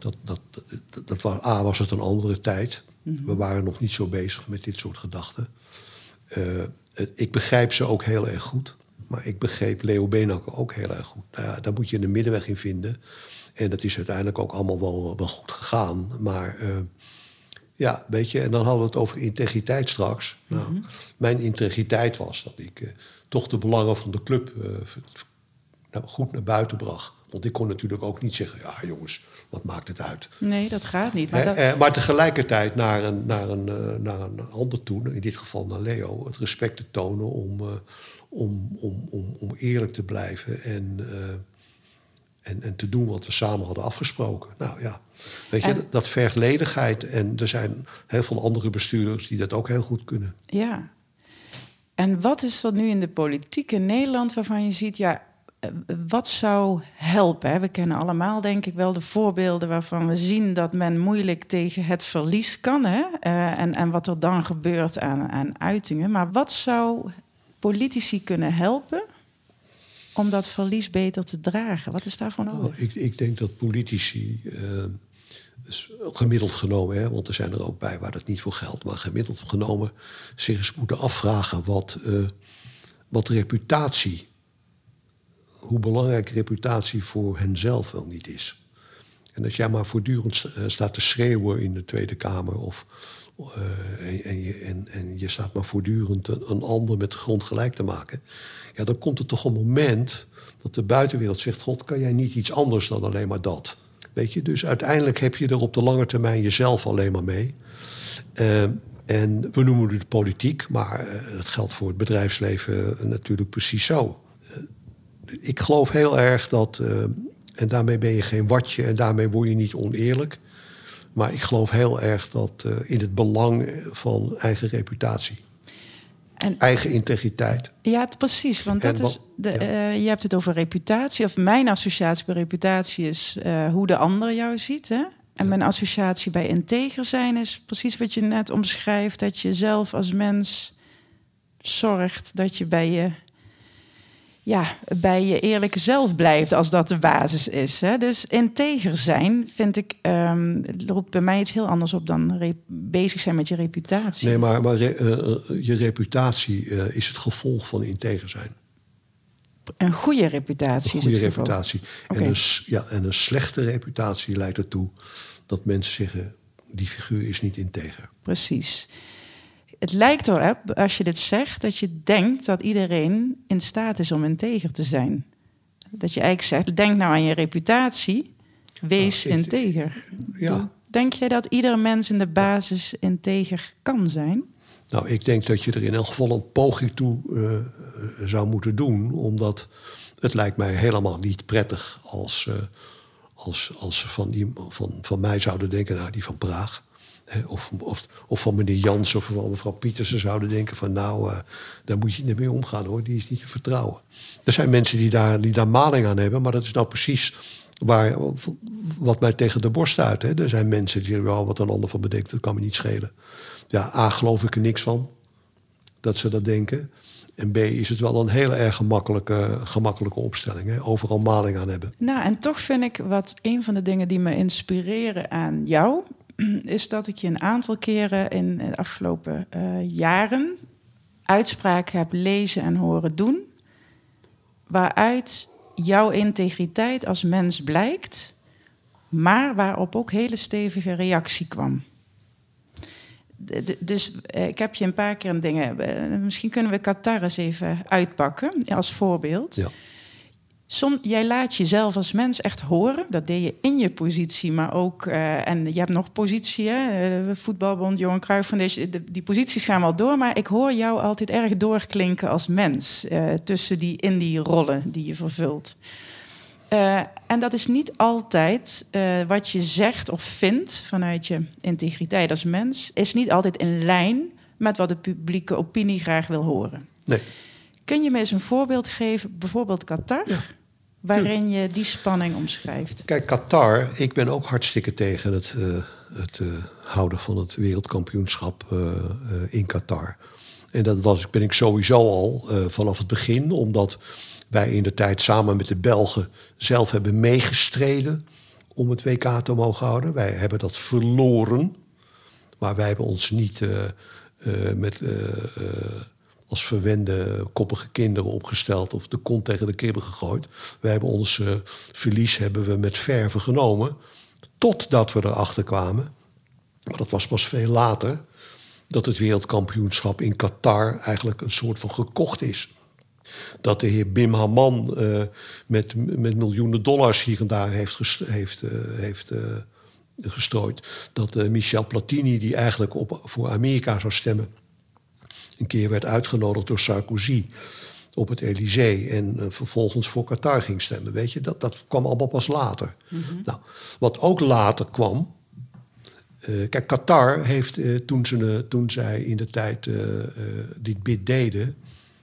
was het een andere tijd. Mm-hmm. We waren nog niet zo bezig met dit soort gedachten. Ik begrijp ze ook heel erg goed. Maar ik begreep Leo Beenhakker ook heel erg goed. Nou ja, daar moet je een middenweg in vinden. En dat is uiteindelijk ook allemaal wel goed gegaan. Maar ja, weet je, en dan hadden we het over integriteit straks. Mm-hmm. Nou, mijn integriteit was dat ik toch de belangen van de club goed naar buiten bracht. Want ik kon natuurlijk ook niet zeggen, ja jongens, wat maakt het uit? Nee, dat gaat niet. Maar tegelijkertijd naar een ander toe, in dit geval naar Leo, het respect te tonen om eerlijk te blijven en te doen wat we samen hadden afgesproken. Nou ja, weet je, dat vergt lenigheid. En er zijn heel veel andere bestuurders die dat ook heel goed kunnen. Ja. En wat is er nu in de politiek in Nederland waarvan je ziet, ja, wat zou helpen? Hè? We kennen allemaal, denk ik, wel de voorbeelden waarvan we zien dat men moeilijk tegen het verlies kan. Hè? En wat er dan gebeurt aan uitingen. Maar wat zou politici kunnen helpen om dat verlies beter te dragen? Wat is daarvan nodig? Ik denk dat politici, gemiddeld genomen, hè, want er zijn er ook bij waar dat niet voor geldt, maar gemiddeld genomen zich eens moeten afvragen wat reputatie, hoe belangrijk reputatie voor henzelf wel niet is. En als jij maar voortdurend staat te schreeuwen in de Tweede Kamer en je staat maar voortdurend een ander met de grond gelijk te maken, ja, dan komt er toch een moment dat de buitenwereld zegt, God, kan jij niet iets anders dan alleen maar dat? Weet je, dus uiteindelijk heb je er op de lange termijn jezelf alleen maar mee. En we noemen het politiek, maar het geldt voor het bedrijfsleven natuurlijk precies zo. Ik geloof heel erg dat, en daarmee ben je geen watje en daarmee word je niet oneerlijk. Maar ik geloof heel erg dat in het belang van eigen reputatie. En eigen integriteit. Ja, precies. Want dat is je hebt het over reputatie. Of mijn associatie bij reputatie is hoe de ander jou ziet. Hè? En mijn associatie bij integer zijn is precies wat je net omschrijft. Dat je zelf als mens zorgt dat je bij bij je eerlijke zelf blijft, als dat de basis is. Hè? Dus integer zijn, vind ik, roept bij mij iets heel anders op dan bezig zijn met je reputatie. Nee, maar je reputatie is het gevolg van integer zijn. Een goede reputatie is het gevolg. Reputatie. Okay. En een slechte reputatie leidt ertoe dat mensen zeggen, die figuur is niet integer. Precies. Het lijkt erop, als je dit zegt, dat je denkt dat iedereen in staat is om integer te zijn. Dat je eigenlijk zegt, denk nou aan je reputatie, wees integer. Ja. Denk jij dat iedere mens in de basis integer kan zijn? Nou, ik denk dat je er in elk geval een poging toe zou moeten doen, omdat het lijkt mij helemaal niet prettig als ze van mij zouden denken, nou, die van Praag. Of van meneer Jans of van mevrouw Pietersen zouden denken van daar moet je niet mee omgaan hoor, die is niet te vertrouwen. Er zijn mensen die daar maling aan hebben, maar dat is nou precies wat mij tegen de borst uit. Hè. Er zijn mensen die wel wat een ander van bedenkt, dat kan me niet schelen. Ja, A, geloof ik er niks van dat ze dat denken. En B, is het wel een hele erg gemakkelijke opstelling. Hè? Overal maling aan hebben. Nou, en toch vind ik een van de dingen die me inspireren aan jou, is dat ik je een aantal keren in de afgelopen jaren uitspraken heb lezen en horen doen, waaruit jouw integriteit als mens blijkt, maar waarop ook hele stevige reactie kwam. Dus ik heb je een paar keer dingen. Misschien kunnen we Qatar eens even uitpakken als voorbeeld. Ja. Jij laat jezelf als mens echt horen. Dat deed je in je positie, maar ook... en je hebt nog positie, hè? Voetbalbond, Johan Cruijff Foundation. Die posities gaan wel door, maar ik hoor jou altijd erg doorklinken als mens. In die rollen die je vervult. En dat is niet altijd wat je zegt of vindt vanuit je integriteit als mens, is niet altijd in lijn met wat de publieke opinie graag wil horen. Nee. Kun je me eens een voorbeeld geven, bijvoorbeeld Qatar, waarin je die spanning omschrijft? Kijk, Qatar, ik ben ook hartstikke tegen het houden van het wereldkampioenschap in Qatar. En dat ben ik sowieso al vanaf het begin, omdat wij in de tijd samen met de Belgen zelf hebben meegestreden om het WK te mogen houden. Wij hebben dat verloren. Maar wij hebben ons niet als verwende koppige kinderen opgesteld of de kont tegen de kribben gegooid. Wij hebben ons verlies met verve genomen. Totdat we erachter kwamen, maar dat was pas veel later, dat het wereldkampioenschap in Qatar eigenlijk een soort van gekocht is. Dat de heer Bim Haman met miljoenen dollars hier en daar heeft gestrooid. Dat Michel Platini, die eigenlijk voor Amerika zou stemmen, een keer werd uitgenodigd door Sarkozy op het Elysée en vervolgens voor Qatar ging stemmen. Weet je, dat kwam allemaal pas later. Mm-hmm. Nou, wat ook later kwam. Kijk, Qatar heeft toen zij in de tijd dit bid deden,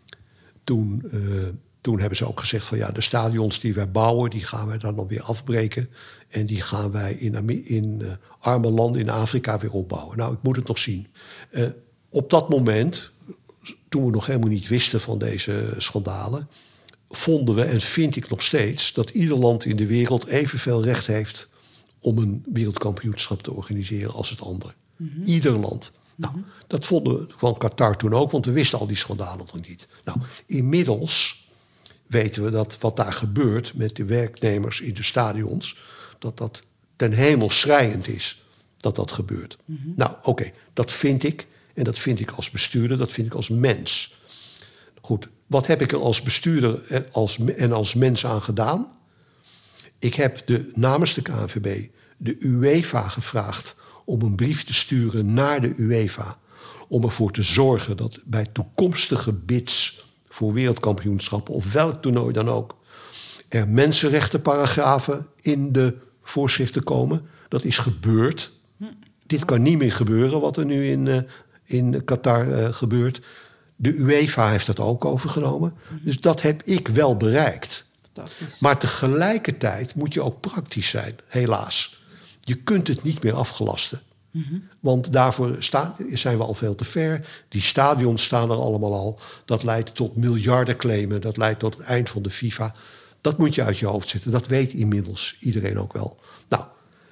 toen hebben ze ook gezegd van ja, de stadions die wij bouwen, die gaan wij dan nog weer afbreken. En die gaan wij in arme landen in Afrika weer opbouwen. Nou, ik moet het nog zien. Op dat moment, toen we nog helemaal niet wisten van deze schandalen, vonden we, en vind ik nog steeds, dat ieder land in de wereld evenveel recht heeft om een wereldkampioenschap te organiseren als het andere. Mm-hmm. Ieder land. Nou, dat vonden we van Qatar toen ook, want we wisten al die schandalen nog niet. Nou, inmiddels weten we dat wat daar gebeurt met de werknemers in de stadions, dat ten hemel schreiend is dat gebeurt. Mm-hmm. Nou, oké, dat vind ik. En dat vind ik als bestuurder, dat vind ik als mens. Goed, wat heb ik er als bestuurder en als mens aan gedaan? Ik heb namens de KNVB de UEFA gevraagd om een brief te sturen naar de UEFA, om ervoor te zorgen dat bij toekomstige bids voor wereldkampioenschappen of welk toernooi dan ook er mensenrechtenparagrafen in de voorschriften komen. Dat is gebeurd. Dit kan niet meer gebeuren wat er nu in Qatar gebeurt. De UEFA heeft dat ook overgenomen. Dus dat heb ik wel bereikt. Fantastisch. Maar tegelijkertijd moet je ook praktisch zijn, helaas. Je kunt het niet meer afgelasten. Want daarvoor zijn we al veel te ver. Die stadions staan er allemaal al. Dat leidt tot miljardenclaimen. Dat leidt tot het eind van de FIFA. Dat moet je uit je hoofd zetten. Dat weet inmiddels iedereen ook wel. Nou,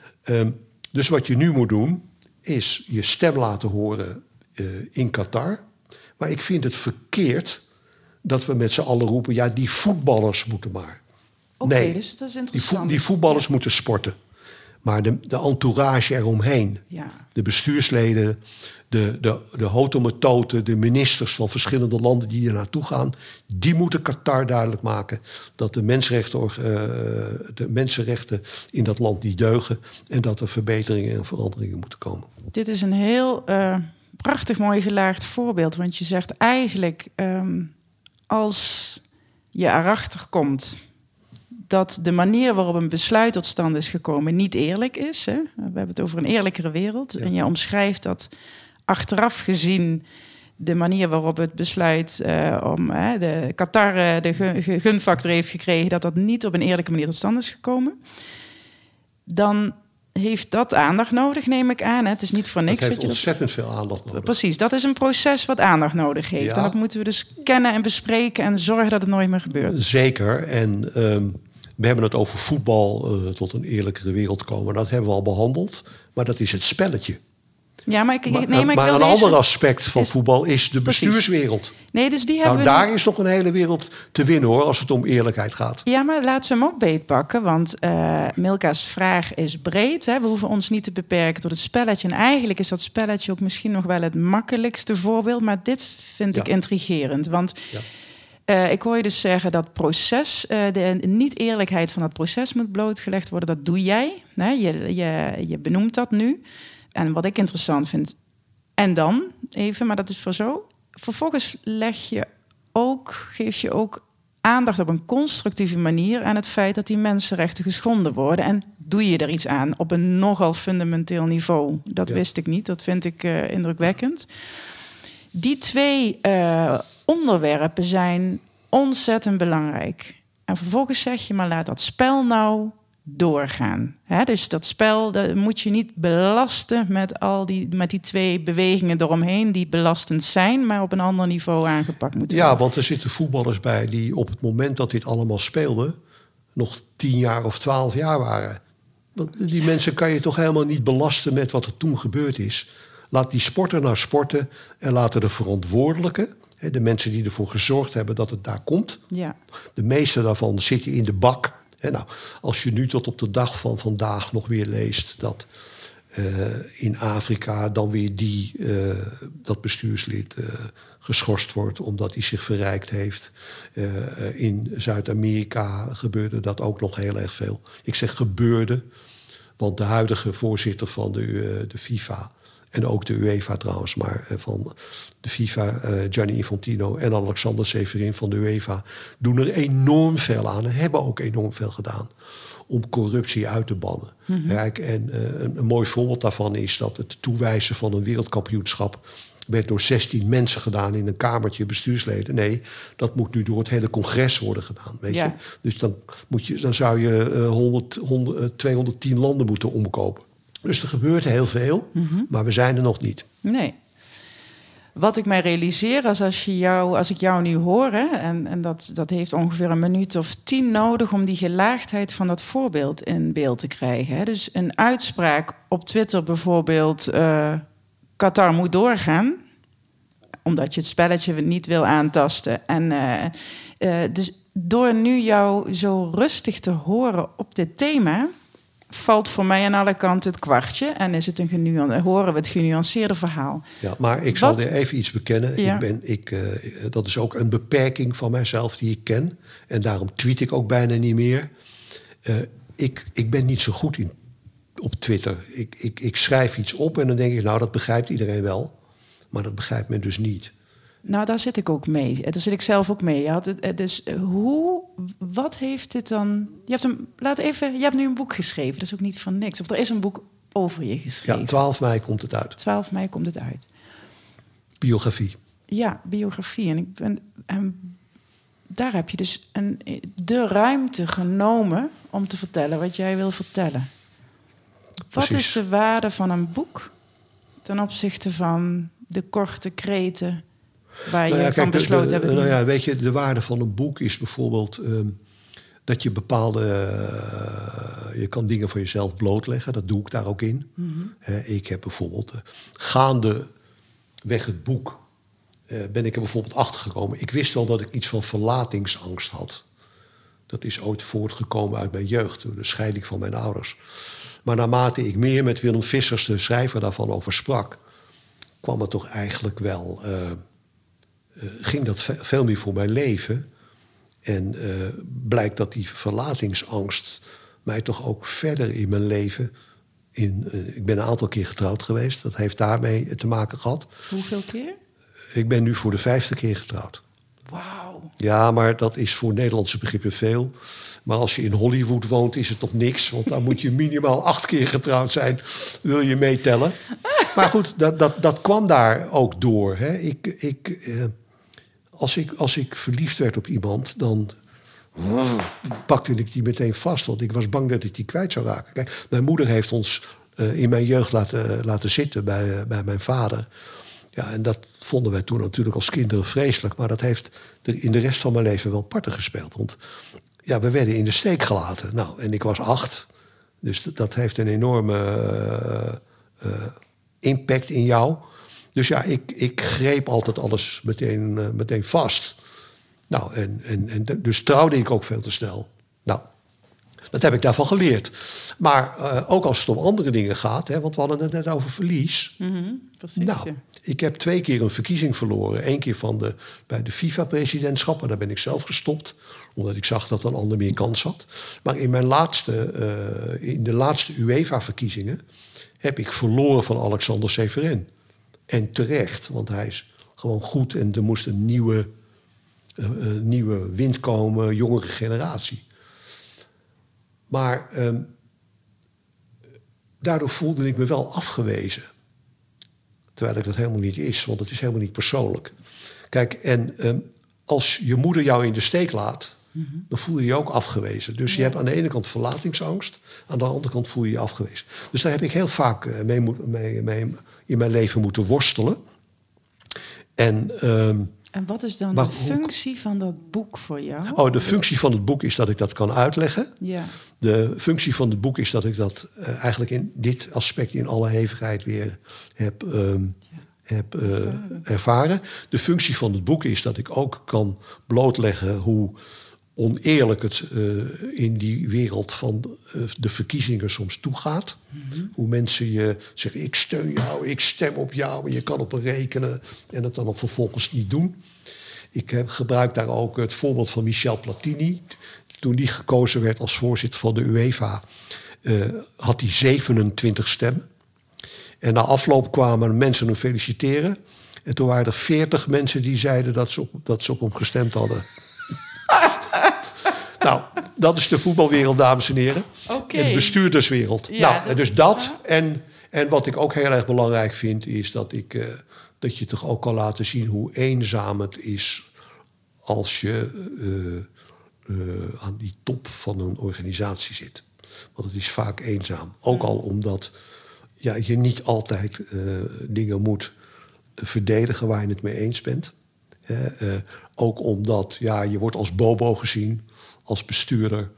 dus wat je nu moet doen, is je stem laten horen in Qatar. Maar ik vind het verkeerd dat we met z'n allen roepen, ja, die voetballers moeten maar. Oké, dus dat is interessant. Die voetballers moeten sporten. Maar de entourage eromheen, de bestuursleden, de hotometoten, de ministers van verschillende landen die er naartoe gaan, die moeten Qatar duidelijk maken dat de mensenrechten in dat land niet deugen en dat er verbeteringen en veranderingen moeten komen. Dit is een heel prachtig mooi gelaagd voorbeeld, want je zegt eigenlijk als je erachter komt dat de manier waarop een besluit tot stand is gekomen niet eerlijk is. Hè? We hebben het over een eerlijkere wereld. Ja. En je omschrijft dat achteraf gezien de manier waarop het besluit om de Qatar de gunfactor heeft gekregen, dat niet op een eerlijke manier tot stand is gekomen. Dan heeft dat aandacht nodig, neem ik aan. Hè? Het is niet voor niks. Het heeft ontzettend veel aandacht nodig. Precies, dat is een proces wat aandacht nodig heeft. Ja. En dat moeten we dus kennen en bespreken en zorgen dat het nooit meer gebeurt. Zeker. En we hebben het over voetbal tot een eerlijkere wereld komen. Dat hebben we al behandeld. Maar dat is het spelletje. Ja, maar maar een ander aspect van voetbal is de bestuurswereld. Nee, dus die hebben daar is nog een hele wereld te winnen, hoor, als het om eerlijkheid gaat. Ja, maar laten ze hem ook beetpakken. Want Milka's vraag is breed. Hè. We hoeven ons niet te beperken tot het spelletje. En eigenlijk is dat spelletje ook misschien nog wel het makkelijkste voorbeeld. Maar dit vind ik intrigerend. Want ik hoor je dus zeggen dat proces, de niet-eerlijkheid van dat proces moet blootgelegd worden. Dat doe jij. Hè. Je benoemt dat nu. En wat ik interessant vind, en dan even, maar dat is voor zo. Vervolgens geef je ook aandacht op een constructieve manier aan het feit dat die mensenrechten geschonden worden. En doe je er iets aan op een nogal fundamenteel niveau. Dat wist ik niet, dat vind ik indrukwekkend. Die twee onderwerpen zijn ontzettend belangrijk. En vervolgens zeg je, maar laat dat spel nou doorgaan. Dus dat spel dat moet je niet belasten met die twee bewegingen eromheen die belastend zijn, maar op een ander niveau aangepakt moeten worden. Ja, want er zitten voetballers bij die op het moment dat dit allemaal speelde nog 10 jaar of 12 jaar waren. Want die mensen kan je toch helemaal niet belasten met wat er toen gebeurd is. Laat die sporter nou sporten en laten de verantwoordelijken, de mensen die ervoor gezorgd hebben dat het daar komt. Ja. De meeste daarvan zitten in de bak. Nou, als je nu tot op de dag van vandaag nog weer leest dat in Afrika dan weer dat bestuurslid geschorst wordt omdat hij zich verrijkt heeft. In Zuid-Amerika gebeurde dat ook nog heel erg veel. Ik zeg gebeurde, want de huidige voorzitter van de FIFA en ook de UEFA trouwens, maar van de FIFA, Gianni Infantino en Alexander Seferin van de UEFA doen er enorm veel aan en hebben ook enorm veel gedaan om corruptie uit te bannen. Mm-hmm. Kijk, en een mooi voorbeeld daarvan is dat het toewijzen van een wereldkampioenschap werd door 16 mensen gedaan in een kamertje bestuursleden. Nee, dat moet nu door het hele congres worden gedaan. Weet je? Dus dan zou je 210 landen moeten omkopen. Dus er gebeurt heel veel, maar we zijn er nog niet. Nee. Wat ik mij realiseer als ik jou nu hoor, hè, en dat heeft ongeveer 1 minuut of 10 nodig om die gelaagdheid van dat voorbeeld in beeld te krijgen. Hè. Dus een uitspraak op Twitter bijvoorbeeld, Qatar moet doorgaan, omdat je het spelletje niet wil aantasten. En dus door nu jou zo rustig te horen op dit thema, valt voor mij aan alle kanten het kwartje en horen we het genuanceerde verhaal. Ja, maar ik zal er even iets bekennen. Ja. Dat is ook een beperking van mijzelf die ik ken. En daarom tweet ik ook bijna niet meer. Ik ben niet zo goed op Twitter. Ik schrijf iets op en dan denk ik, nou, dat begrijpt iedereen wel. Maar dat begrijpt men dus niet. Nou, daar zit ik ook mee. Daar zit ik zelf ook mee. Dus wat heeft dit dan? Je hebt nu een boek geschreven, dat is ook niet van niks. Of er is een boek over je geschreven. Ja, 12 mei komt het uit. 12 mei komt het uit. Biografie. Ja, biografie. En daar heb je dus de ruimte genomen om te vertellen wat jij wil vertellen. Precies. Wat is de waarde van een boek ten opzichte van de korte kreten waar je van besloten hebt? Weet je, de waarde van een boek is bijvoorbeeld dat je bepaalde... je kan dingen van jezelf blootleggen, dat doe ik daar ook in. Mm-hmm. Ik heb bijvoorbeeld gaandeweg het boek... ben ik er bijvoorbeeld achter gekomen. Ik wist wel dat ik iets van verlatingsangst had. Dat is ooit voortgekomen uit mijn jeugd, door de scheiding van mijn ouders. Maar naarmate ik meer met Willem Vissers, de schrijver daarvan, over sprak... kwam het toch eigenlijk wel... ging dat veel meer voor mijn leven. En blijkt dat die verlatingsangst mij toch ook verder in mijn leven... ik ben een aantal keer getrouwd geweest. Dat heeft daarmee te maken gehad. Hoeveel keer? Ik ben nu voor de 5e keer getrouwd. Wauw. Ja, maar dat is voor Nederlandse begrippen veel. Maar als je in Hollywood woont, is het toch niks. Want dan moet je minimaal 8 keer getrouwd zijn. Wil je meetellen? Maar goed, dat kwam daar ook door. Hè. Als ik verliefd werd op iemand, dan pakte ik die meteen vast. Want ik was bang dat ik die kwijt zou raken. Kijk, mijn moeder heeft ons in mijn jeugd laten zitten bij mijn vader. Ja, en dat vonden wij toen natuurlijk als kinderen vreselijk. Maar dat heeft er in de rest van mijn leven wel parten gespeeld. Want ja, we werden in de steek gelaten. Nou, en ik was 8. Dus dat heeft een enorme impact in jou. Dus ja, ik greep altijd alles meteen vast. Nou, en dus trouwde ik ook veel te snel. Nou, dat heb ik daarvan geleerd. Maar ook als het om andere dingen gaat... Hè, want we hadden het net over verlies. Mm-hmm, precies. Nou, ik heb 2 keer een verkiezing verloren. 1 keer bij de FIFA-presidentschap. En daar ben ik zelf gestopt. Omdat ik zag dat een ander meer kans had. Maar in de laatste UEFA-verkiezingen... heb ik verloren van Alexander Severin. En terecht, want hij is gewoon goed. En er moest een nieuwe wind komen, jongere generatie. Maar daardoor voelde ik me wel afgewezen. Terwijl ik dat helemaal niet is, want het is helemaal niet persoonlijk. Kijk, en als je moeder jou in de steek laat... Mm-hmm. dan voel je je ook afgewezen. Dus je hebt aan de ene kant verlatingsangst... aan de andere kant voel je je afgewezen. Dus daar heb ik heel vaak mee in mijn leven moeten worstelen. En wat is dan de functie van dat boek voor jou? Oh, de functie van het boek is dat ik dat kan uitleggen. Ja. De functie van het boek is dat ik dat eigenlijk in dit aspect... in alle hevigheid weer heb ervaren. De functie van het boek is dat ik ook kan blootleggen... hoe oneerlijk het in die wereld van de verkiezingen soms toegaat. Mm-hmm. Hoe mensen je zeggen, ik steun jou, ik stem op jou... en je kan op me rekenen en het dan vervolgens niet doen. Ik gebruik daar ook het voorbeeld van Michel Platini. Toen die gekozen werd als voorzitter van de UEFA... had hij 27 stemmen. En na afloop kwamen mensen hem feliciteren. En toen waren er 40 mensen die zeiden dat ze op hem gestemd hadden. Nou, dat is de voetbalwereld, dames en heren. Okay. En de bestuurderswereld. Ja, nou, dus dat. En wat ik ook heel erg belangrijk vind... is dat je toch ook kan laten zien hoe eenzaam het is... als je aan die top van een organisatie zit. Want het is vaak eenzaam. Ook al omdat je niet altijd dingen moet verdedigen... waar je het mee eens bent. Ook omdat je wordt als bobo gezien... als bestuurder.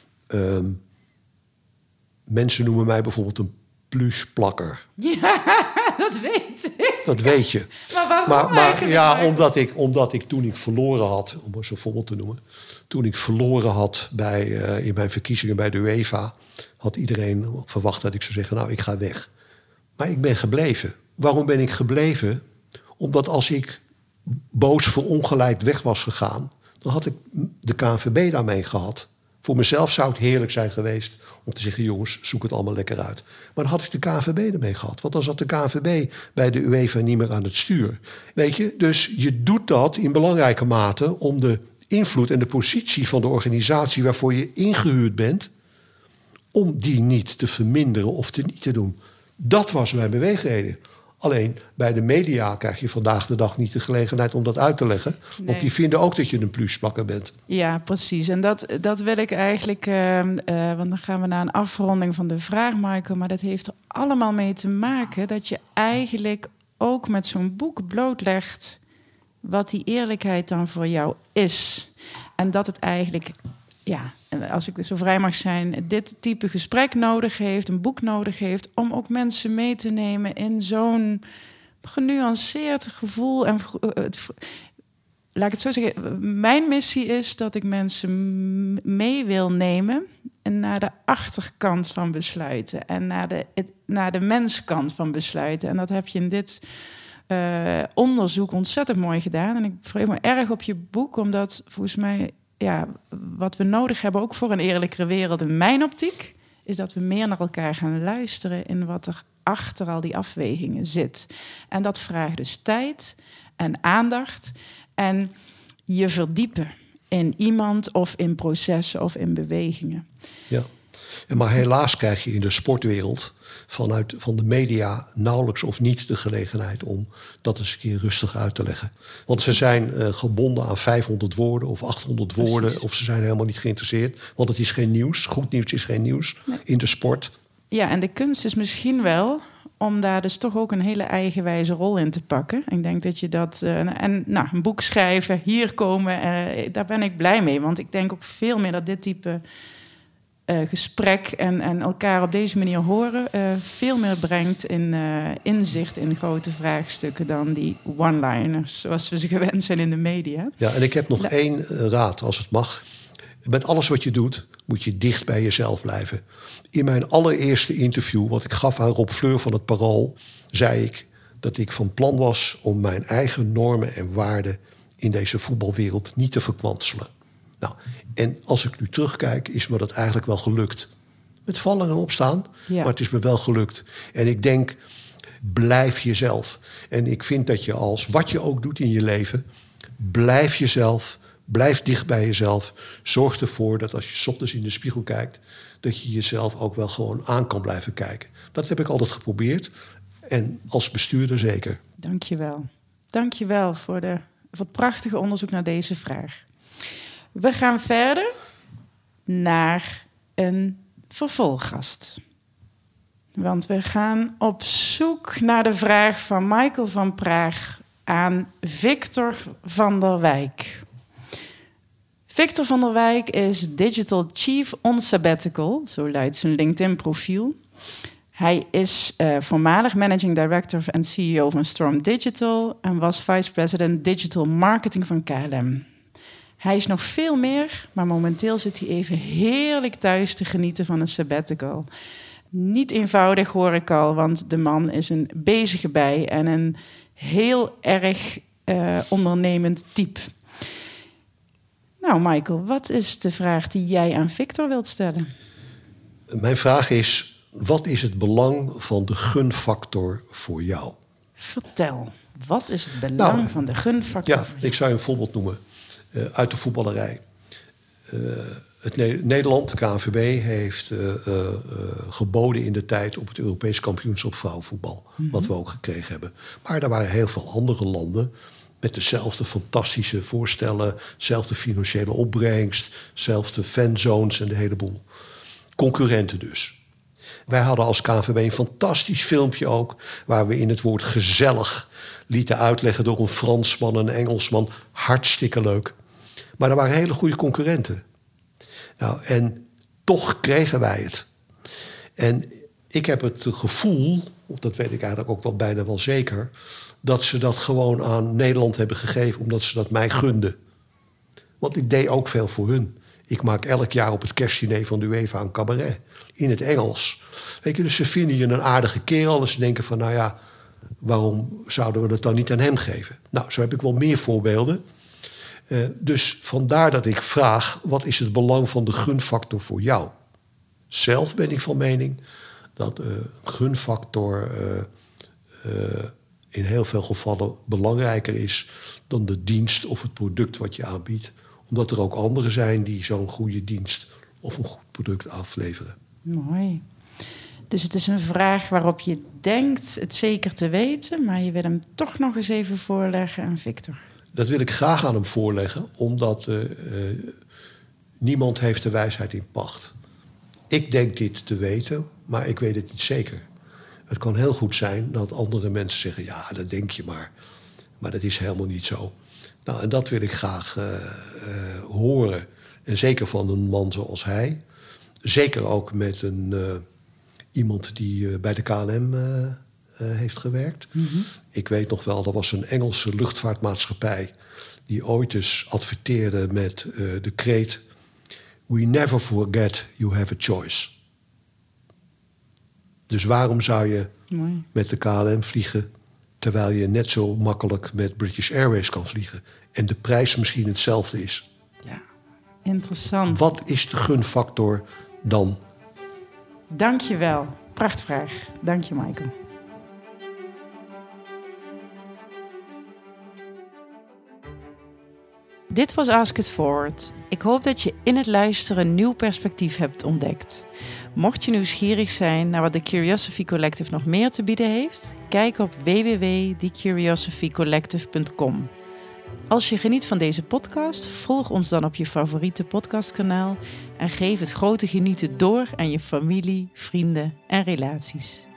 Mensen noemen mij bijvoorbeeld een plusplakker. Ja, dat weet ik. Dat weet je. Maar waarom eigenlijk? Ja, omdat ik toen ik verloren had... om eens een voorbeeld te noemen... toen ik verloren had in mijn verkiezingen bij de UEFA... had iedereen verwacht dat ik zou zeggen... nou, ik ga weg. Maar ik ben gebleven. Waarom ben ik gebleven? Omdat als ik boos verongelijkt weg was gegaan... dan had ik de KNVB daarmee gehad. Voor mezelf zou het heerlijk zijn geweest om te zeggen... jongens, zoek het allemaal lekker uit. Maar dan had ik de KNVB ermee gehad. Want dan zat de KNVB bij de UEFA niet meer aan het stuur. Weet je, dus je doet dat in belangrijke mate... om de invloed en de positie van de organisatie... waarvoor je ingehuurd bent... om die niet te verminderen of te niet te doen. Dat was mijn beweegreden. Alleen bij de media krijg je vandaag de dag niet de gelegenheid om dat uit te leggen. Nee. Want die vinden ook dat je een plusbakker bent. Ja, precies. En dat wil ik eigenlijk... want dan gaan we naar een afronding van de vraag, Michael. Maar dat heeft er allemaal mee te maken dat je eigenlijk ook met zo'n boek blootlegt wat die eerlijkheid dan voor jou is. En dat het eigenlijk, ja, als ik zo vrij mag zijn, dit type gesprek nodig heeft, een boek nodig heeft, om ook mensen mee te nemen in zo'n genuanceerd gevoel. En laat ik het zo zeggen, mijn missie is dat ik mensen mee wil nemen en naar de achterkant van besluiten en naar de menskant van besluiten. En dat heb je in dit onderzoek ontzettend mooi gedaan. En ik verheug me erg op je boek, omdat volgens mij, ja, wat we nodig hebben, ook voor een eerlijkere wereld in mijn optiek, is dat we meer naar elkaar gaan luisteren in wat er achter al die afwegingen zit. En dat vraagt dus tijd en aandacht en je verdiepen in iemand of in processen of in bewegingen. Ja. Maar helaas krijg je in de sportwereld van de media nauwelijks of niet de gelegenheid om dat eens een keer rustig uit te leggen. Want ze zijn gebonden aan 500 woorden of 800 woorden. Precies. Of ze zijn helemaal niet geïnteresseerd. Want het is geen nieuws. Goed nieuws is geen nieuws in de sport. Ja, en de kunst is misschien wel om daar dus toch ook een hele eigenwijze rol in te pakken. Ik denk dat je dat... een boek schrijven, hier komen, daar ben ik blij mee. Want ik denk ook veel meer dat dit type gesprek en elkaar op deze manier horen veel meer brengt in inzicht in grote vraagstukken dan die one-liners, zoals we ze gewend zijn in de media. Ja, en ik heb nog één raad, als het mag. Met alles wat je doet, moet je dicht bij jezelf blijven. In mijn allereerste interview, wat ik gaf aan Rob Fleur van het Parool, zei ik dat ik van plan was om mijn eigen normen en waarden in deze voetbalwereld niet te verkwanselen. Nou, en als ik nu terugkijk, is me dat eigenlijk wel gelukt. Met vallen en opstaan, Ja. maar het is me wel gelukt. En ik denk, blijf jezelf. En ik vind dat je als wat je ook doet in je leven, blijf jezelf, blijf dicht bij jezelf. Zorg ervoor dat als je 's ochtends in de spiegel kijkt, dat je jezelf ook wel gewoon aan kan blijven kijken. Dat heb ik altijd geprobeerd. En als bestuurder zeker. Dank je wel. Dank je wel voor het prachtige onderzoek naar deze vraag. We gaan verder naar een vervolggast. Want we gaan op zoek naar de vraag van Michael van Praag aan Victor van der Wijk. Victor van der Wijk is Digital Chief on Sabbatical, zo luidt zijn LinkedIn-profiel. Hij is voormalig Managing Director en CEO van Storm Digital en was Vice President Digital Marketing van KLM. Hij is nog veel meer, maar momenteel zit hij even heerlijk thuis te genieten van een sabbatical. Niet eenvoudig, hoor ik al, want de man is een bezige bij en een heel erg ondernemend type. Nou, Michael, wat is de vraag die jij aan Victor wilt stellen? Mijn vraag is, wat is het belang van de gunfactor voor jou? Vertel, wat is het belang van de gunfactor? Ja, ik zou je een voorbeeld noemen uit de voetballerij. Nederland, de KNVB, heeft geboden in de tijd op het Europees kampioenschap vrouwenvoetbal. Wat we ook gekregen hebben. Maar er waren heel veel andere landen met dezelfde fantastische voorstellen, dezelfde financiële opbrengst, dezelfde fanzones en de hele boel. Concurrenten dus. Wij hadden als KNVB een fantastisch filmpje ook, waar we in het woord gezellig lieten uitleggen door een Fransman en een Engelsman. Hartstikke leuk. Maar er waren hele goede concurrenten. Nou, en toch kregen wij het. En ik heb het gevoel, dat weet ik eigenlijk ook wel bijna wel zeker, dat ze dat gewoon aan Nederland hebben gegeven omdat ze dat mij gunden. Want ik deed ook veel voor hun. Ik maak elk jaar op het kerstdiner van de UEFA een cabaret. In het Engels. Weet je, dus ze vinden je een aardige kerel en ze denken van, nou ja, waarom zouden we dat dan niet aan hem geven? Nou, zo heb ik wel meer voorbeelden. Dus vandaar dat ik vraag, wat is het belang van de gunfactor voor jou? Zelf ben ik van mening dat een gunfactor in heel veel gevallen belangrijker is dan de dienst of het product wat je aanbiedt. Omdat er ook anderen zijn die zo'n goede dienst of een goed product afleveren. Mooi. Dus het is een vraag waarop je denkt het zeker te weten, maar je wil hem toch nog eens even voorleggen aan Victor. Dat wil ik graag aan hem voorleggen, omdat niemand heeft de wijsheid in pacht. Ik denk dit te weten, maar ik weet het niet zeker. Het kan heel goed zijn dat andere mensen zeggen, ja, dat denk je maar. Maar dat is helemaal niet zo. Nou, en dat wil ik graag horen. En zeker van een man zoals hij. Zeker ook met iemand die bij de KLM heeft gewerkt. Mm-hmm. Ik weet nog wel, dat was een Engelse luchtvaartmaatschappij die ooit eens adverteerde met de kreet: "We never forget you have a choice." Dus waarom zou je met de KLM vliegen terwijl je net zo makkelijk met British Airways kan vliegen en de prijs misschien hetzelfde is? Ja, interessant. Wat is de gunfactor dan? Dank je wel. Prachtvraag. Dank je, Michael. Dit was Ask It Forward. Ik hoop dat je in het luisteren een nieuw perspectief hebt ontdekt. Mocht je nieuwsgierig zijn naar wat The Curiosity Collective nog meer te bieden heeft, kijk op www.thecuriosophycollective.com. Als je geniet van deze podcast, volg ons dan op je favoriete podcastkanaal en geef het grote genieten door aan je familie, vrienden en relaties.